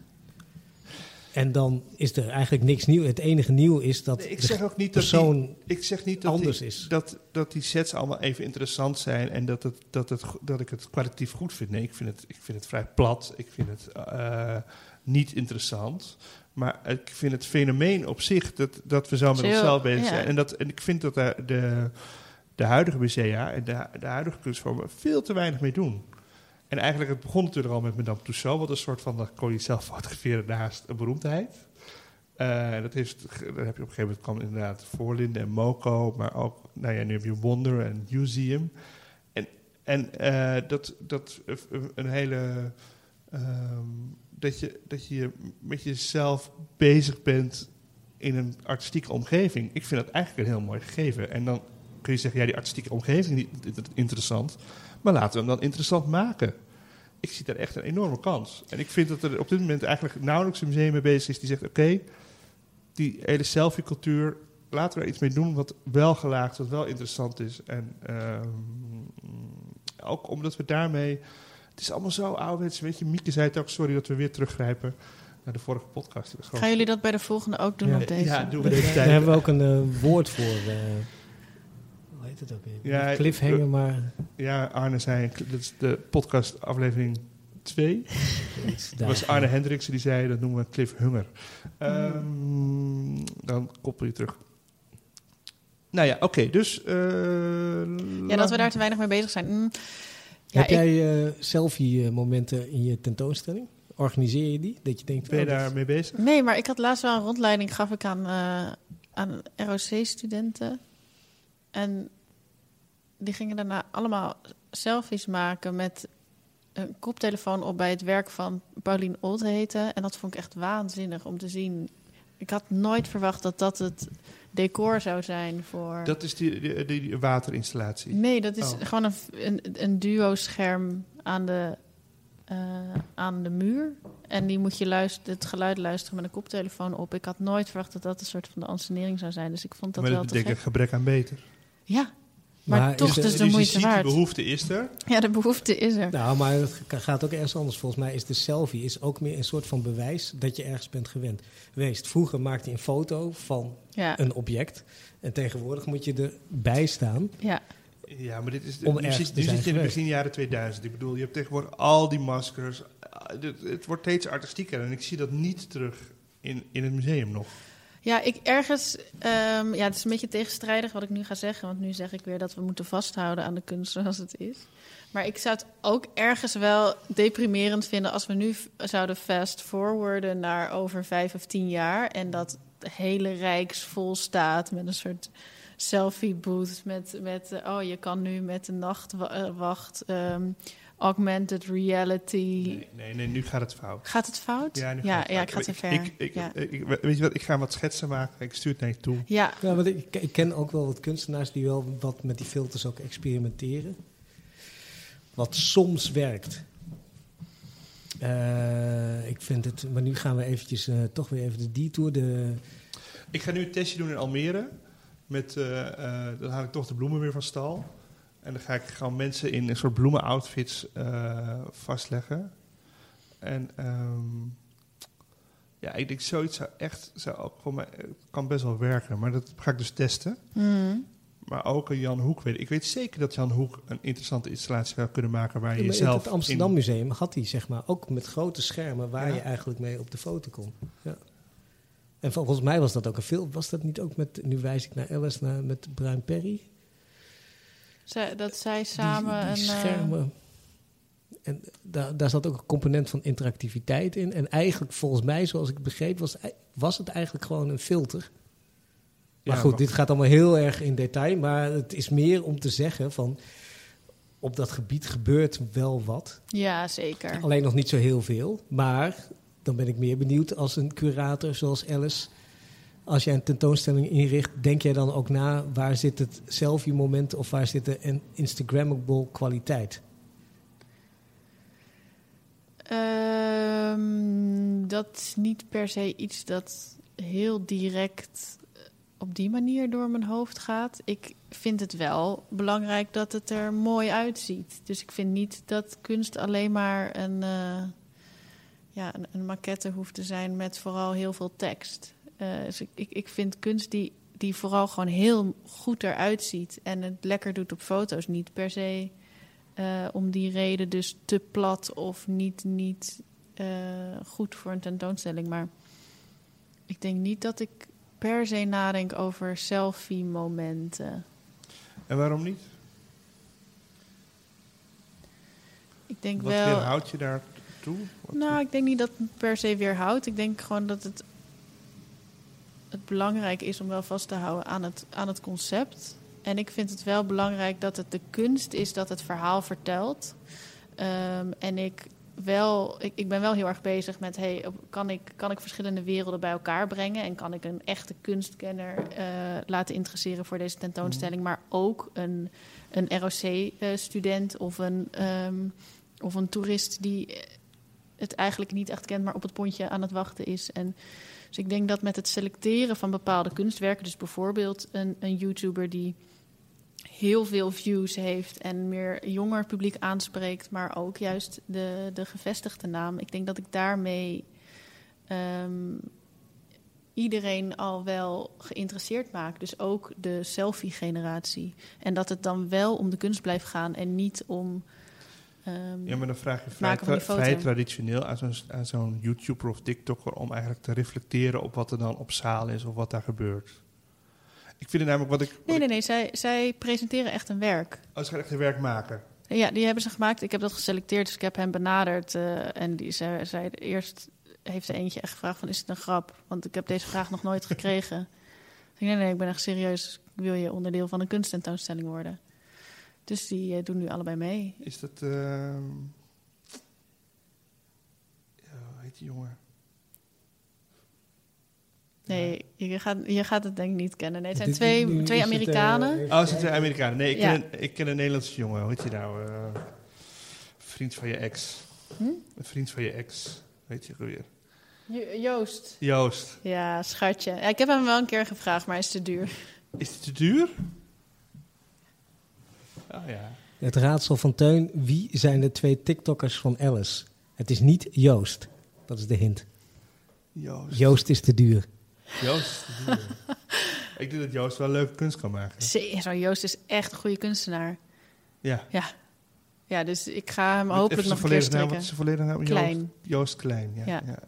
En dan is er eigenlijk niks nieuw. Het enige nieuw is dat Nee, ik de zeg ook niet dat persoon die, ik zeg niet dat anders die, is. Dat, dat die sets allemaal even interessant zijn en dat, het, dat, het, go- dat ik het kwalitatief goed vind. Nee, ik vind het, ik vind het vrij plat. Ik vind het uh, niet interessant. Maar ik vind het fenomeen op zich dat, dat we zo met Heel, onszelf bezig ja. zijn. En, dat, en ik vind dat de, de, de huidige musea en de, de huidige kunstvormen veel te weinig mee doen. En eigenlijk, het begon natuurlijk al met Madame Tussauds, wat een soort van, dat kon je zelf fotograferen naast een beroemdheid. Uh, dat heeft, dan heb je op een gegeven moment kwam inderdaad Voorlinde en Moco, maar ook, nou ja, nu heb je Wonder en Museum. En, en uh, dat, dat een hele, um, dat je, dat je met jezelf bezig bent in een artistieke omgeving. Ik vind dat eigenlijk een heel mooi gegeven. En dan kun je zeggen, ja, die artistieke omgeving is niet interessant, maar laten we hem dan interessant maken. Ik zie daar echt een enorme kans. En ik vind dat er op dit moment eigenlijk nauwelijks een museum mee bezig is die zegt, oké, okay, die hele selfie-cultuur, laten we er iets mee doen wat wel gelaagd, wat wel interessant is. En um, ook omdat we daarmee, het is allemaal zo ouderwets, weet je, Mieke zei het ook, sorry dat we weer teruggrijpen naar de vorige podcast. Die was gewoon... Gaan jullie dat bij de volgende ook doen Ja. op deze? Ja, doen we deze Daar tijd. hebben we ook een uh, woord voor. Uh, hoe heet het ook weer? Ja, Cliffhanger, maar... Ja, Arne zei, dat is de podcast aflevering twee. Dat was Arne Hendriksen die zei, dat noemen we cliffhanger. Um, dan koppel je terug. Nou ja, oké, okay, dus... Uh, ja, dat we daar te weinig mee bezig zijn. Mm. Ja, Heb ik, jij uh, selfie-momenten in je tentoonstelling? Organiseer je die? Dat je denkt, ben je oh, dat- daarmee bezig? Nee, maar ik had laatst wel een rondleiding, gaf ik aan, uh, aan R O C-studenten. En die gingen daarna allemaal selfies maken met een koptelefoon op bij het werk van Pauline Oldheten. En dat vond ik echt waanzinnig om te zien. Ik had nooit verwacht dat dat het decor zou zijn voor... Dat is die, die, die, die waterinstallatie? Nee, dat is Oh. gewoon een, een, een duo-scherm aan de, uh, aan de muur. En die moet je luisteren, het geluid luisteren met een koptelefoon op. Ik had nooit verwacht dat dat een soort van de ansenering zou zijn. Dus ik vond dat maar wel dat te betekent gek. gebrek aan beter. Ja, maar, Maar toch is er- dus de dus je moeite ziet, de waard. behoefte is er. Ja, de behoefte is er. Nou, maar het gaat ook ergens anders. Volgens mij is de selfie is ook meer een soort van bewijs dat je ergens bent gewend geweest. Vroeger maakte je een foto van Ja, een object. En tegenwoordig moet je erbij staan. ja. Ja, maar dit is, Om nu ergens zit, te nu zijn zit je in het geweest. begin jaren tweeduizend. Ik bedoel, je hebt tegenwoordig al die maskers. Uh, dit- het wordt steeds artistieker en ik zie dat niet terug in, in het museum nog. Ja, ik ergens... ehm, ja, het is een beetje tegenstrijdig wat ik nu ga zeggen. Want nu zeg ik weer dat we moeten vasthouden aan de kunst zoals het is. Maar ik zou het ook ergens wel deprimerend vinden... als we nu f- zouden fast-forwarden naar over vijf of tien jaar... en dat de hele Rijks vol staat met een soort selfie-booth... met, met uh, oh, je kan nu met de nachtwacht... Um, augmented reality... Nee, nee, nee, nu gaat het fout. Gaat het fout? Ja, nu ja, gaat het ja, fout. ik ga te Ik- ver. Ik, ik, ja. ik, ik- weet je wat, ik ga wat schetsen maken. Ik stuur het naar je toe. ja, Ja, want ik, ik ken ook wel wat kunstenaars die wel wat met die filters ook experimenteren. Wat soms werkt. Uh, ik vind het, maar nu gaan we eventjes uh, toch weer even de detour. De, Ik ga nu een testje doen in Almere. Met, uh, uh, dan haal ik toch de bloemen weer van stal. En dan ga ik gewoon mensen in een soort bloemenoutfits uh, vastleggen. En um, ja, ik denk zoiets zou echt, zou ook voor mij, kan best wel werken. Maar dat ga ik dus testen. mm. Maar ook een Jan Hoek weet ik. weet zeker dat Jan Hoek een interessante installatie zou kunnen maken waar je in jezelf het Amsterdam in... Museum had hij zeg maar ook met grote schermen waar Ja. je eigenlijk mee op de foto kon. Ja. En volgens mij was dat ook een film. Was dat niet ook met, nu wijs ik naar Alice, naar, met Bruin Perry? Zij, dat zij samen die, die een... schermen. En daar, daar zat ook een component van interactiviteit in. En eigenlijk, volgens mij, zoals ik begreep, was, was het eigenlijk gewoon een filter. Maar Ja, goed, maar- dit gaat allemaal heel erg in detail. Maar het is meer om te zeggen van... op dat gebied gebeurt wel wat. Ja, zeker. Alleen nog niet zo heel veel. Maar dan ben ik meer benieuwd als een curator zoals Alice... als jij een tentoonstelling inricht, denk jij dan ook na... waar zit het selfie-moment of waar zit de Instagrammable kwaliteit? Um, dat is niet per se iets dat heel direct op die manier door mijn hoofd gaat. Ik vind het wel belangrijk dat het er mooi uitziet. Dus ik vind niet dat kunst alleen maar een, uh, ja, een, een maquette hoeft te zijn met vooral heel veel tekst. Uh, dus ik, ik, ik vind kunst die, die vooral gewoon heel goed eruit ziet en het lekker doet op foto's, niet per se... Uh, om die reden dus te plat of niet, niet uh, goed voor een tentoonstelling. Maar ik denk niet dat ik per se nadenk over selfie-momenten. En waarom niet? Ik denk Wat wel... weerhoudt je daartoe? Wat Nou, ik denk niet dat het per se weerhoudt. Ik denk gewoon dat het, het belangrijk is om wel vast te houden aan het, aan het concept... En ik vind het wel belangrijk dat het de kunst is dat het verhaal vertelt. Um, en ik, wel, ik, ik ben wel heel erg bezig met... Hey, kan, ik, kan ik verschillende werelden bij elkaar brengen... en kan ik een echte kunstkenner uh, laten interesseren voor deze tentoonstelling... Mm. maar ook een, een R O C-student of een, um, of een toerist... die het eigenlijk niet echt kent, maar op het pontje aan het wachten is... En dus ik denk dat met het selecteren van bepaalde kunstwerken... dus bijvoorbeeld een, een YouTuber die heel veel views heeft... en meer jonger publiek aanspreekt... maar ook juist de, de gevestigde naam. Ik denk dat ik daarmee um, iedereen al wel geïnteresseerd maak. Dus ook de selfie-generatie. En dat het dan wel om de kunst blijft gaan en niet om... Um, ja, maar dan vraag je vrij, tra- vrij traditioneel aan zo'n, aan zo'n YouTuber of TikToker... om eigenlijk te reflecteren op wat er dan op zaal is of wat daar gebeurt. Ik vind het namelijk wat ik... Wat nee, nee, ik... nee. Zij, zij presenteren echt een werk. Oh, ze gaan echt een werk maken? Ja, die hebben ze gemaakt. Ik heb dat geselecteerd, dus ik heb hem benaderd. Uh, en die zei, zei eerst heeft er eentje echt gevraagd van, is het een grap? Want ik heb deze vraag nog nooit gekregen. Ik zei, nee, nee, ik ben echt serieus. Wil je onderdeel van een kunsttentoonstelling worden? Dus die uh, doen nu allebei mee. Is dat... Uh... Ja, hoe heet die jongen? Nee, je gaat, je gaat het denk ik niet kennen. Nee, het zijn Dit- twee, nu twee is het, Amerikanen. eh, Oh, het zijn twee Amerikanen. Nee, ik, Ja. ken, een, ik ken een Nederlandse jongen. Hoe heet die nou? Uh, vriend van je ex. Hm? Een vriend van je ex. Weet je weer? Jo- Joost. Joost. Ja, schatje. Ja, ik heb hem wel een keer gevraagd, maar hij is te duur. Is het te duur? Oh ja. Het raadsel van Teun, wie zijn de twee TikTokkers van Alice? Het is niet Joost. Dat is de hint. Joost. Joost is te duur. Joost. Ik denk dat Joost wel leuke kunst kan maken. Zee- Zo, Joost is echt een goede kunstenaar. Ja. Ja. Ja, dus ik ga hem Met hopelijk even nog een keer zijn volledige naam, strikken. Wat is zijn volledige naam? Klein. Joost, Joost Klein, ja. Ja. ja.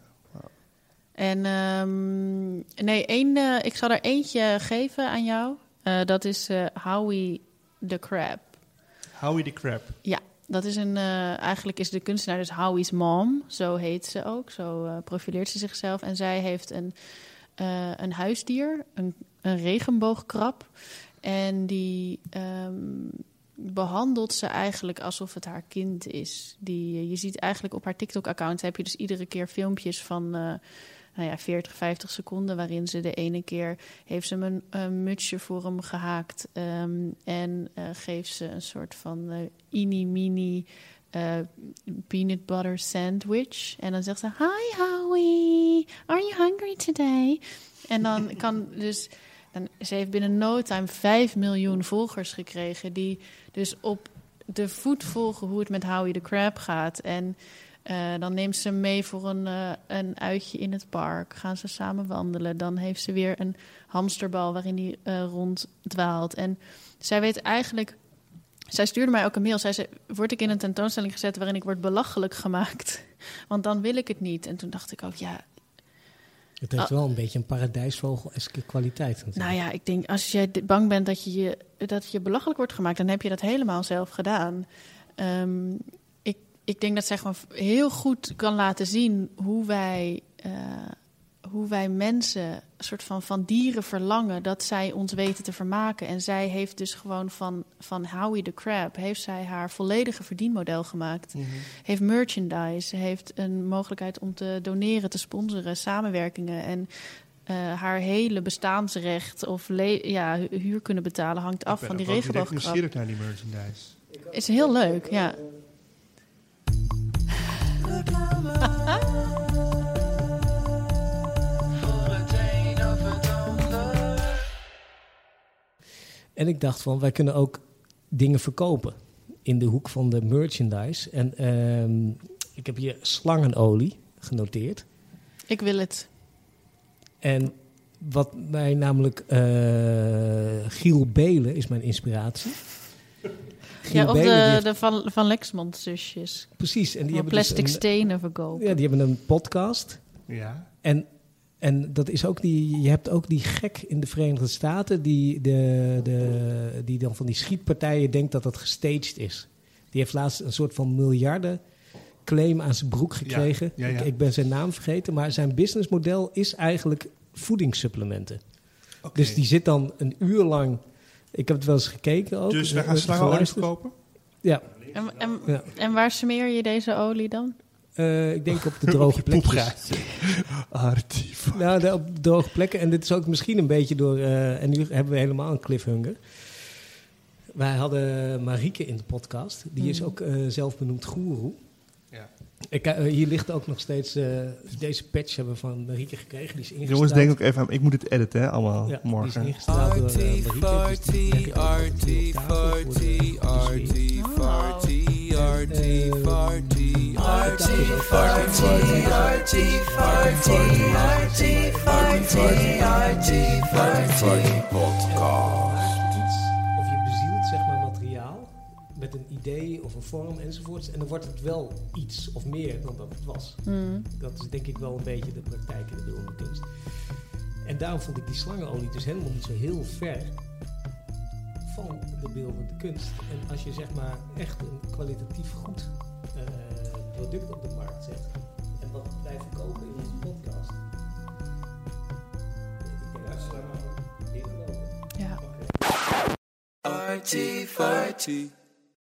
En um, nee, één, uh, ik zal er eentje geven aan jou. Uh, dat is uh, Howie the Crab. Howie the Crab. Ja, dat is een. Uh, eigenlijk is de kunstenaar dus Howie's mom. Zo heet ze ook. Zo uh, profileert ze zichzelf. En zij heeft een, uh, een huisdier, een, een regenboogkrab. En die um, behandelt ze eigenlijk alsof het haar kind is. Die, je ziet eigenlijk op haar TikTok-account heb je dus iedere keer filmpjes van uh, nou ja, veertig, vijftig seconden... waarin ze de ene keer heeft ze hem een, een mutsje voor hem gehaakt... Um, en uh, geeft ze een soort van uh, eenie-meenie uh, peanut butter sandwich. En dan zegt ze, hi Howie, are you hungry today? En dan kan dus... En ze heeft binnen no time vijf miljoen volgers gekregen... die dus op de voet volgen hoe het met Howie the Crab gaat. En uh, dan neemt ze hem mee voor een, uh, een uitje in het park. Gaan ze samen wandelen. Dan heeft ze weer een hamsterbal waarin hij uh, ronddwaalt. En zij weet eigenlijk... Zij stuurde mij ook een mail. Zij zei, word ik in een tentoonstelling gezet waarin ik word belachelijk gemaakt? Want dan wil ik het niet. En toen dacht ik ook, ja... Het heeft wel een beetje een paradijsvogel-eske kwaliteit. Natuurlijk. Nou ja, ik denk als je bang bent dat je, je, dat je belachelijk wordt gemaakt... dan heb je dat helemaal zelf gedaan. Um, ik, ik denk dat zij gewoon heel goed kan laten zien hoe wij... Uh, hoe wij mensen een soort van, van dieren verlangen... dat zij ons weten te vermaken. En zij heeft dus gewoon van, van Howie the Crab... heeft zij haar volledige verdienmodel gemaakt. Mm-hmm. Heeft merchandise, heeft een mogelijkheid om te doneren, te sponsoren... samenwerkingen en uh, haar hele bestaansrecht... of le- ja, huur kunnen betalen hangt af van die regenboogkrab. Ik ben nieuwsgierig naar die merchandise. Is heel leuk, ja. En ik dacht van, wij kunnen ook dingen verkopen in de hoek van de merchandise. En uh, ik heb hier slangenolie genoteerd. Ik wil het. En wat mij namelijk... Uh, Giel Belen is mijn inspiratie. Giel ja, of Belen, de, heeft, de Van, van Lexmond zusjes. Precies. En die hebben plastic dus een, stenen verkopen. Ja, die hebben een podcast. Ja. En... En dat is ook die, je hebt ook die gek in de Verenigde Staten... die, de, de, die dan van die schietpartijen denkt dat dat gestaged is. Die heeft laatst een soort van miljarden claim aan zijn broek gekregen. Ja, ja, ja. Ik, ik ben zijn naam vergeten, maar zijn businessmodel is eigenlijk voedingssupplementen. Okay. Dus die zit dan een uur lang... Ik heb het wel eens gekeken ook. Dus we gaan slangenolie verkopen? Ja. En, en, ja. en waar smeer je deze olie dan? Uh, ik denk op de droge plekjes. Nou, de, op de droge plekken. En dit is ook misschien een beetje door... Uh, en nu hebben we helemaal een cliffhanger. Wij hadden Marieke in de podcast. Die mm. is ook uh, zelfbenoemd goeroe. Ja. Ik, uh, hier ligt ook nog steeds... Uh, deze patch hebben we van Marieke gekregen. Die is ingesteld. Jongens, denk ook even aan... Ik moet het editen, hè, allemaal ja, morgen. Die is ingesteld door uh, Marieke. Artie, Artie, Artie, Artie, Artie, Artie, Artie, Artie, Artie, Artie, Artie, Artie, Artie, Artie, podcast. Of je bezielt, zeg maar, materiaal met een idee of een vorm enzovoorts. En dan wordt het wel iets of meer dan dat het was. Mm. Dat is denk ik wel een beetje de praktijk in de beeldende kunst. En daarom vond ik die slangenolie dus helemaal niet zo heel ver van de beeldende kunst. En als je zeg maar echt een kwalitatief goed uh, product op de markt zet en wat wij verkopen in onze podcast, ik denk dat we daar leren lopen. Ja. Artie, Artie.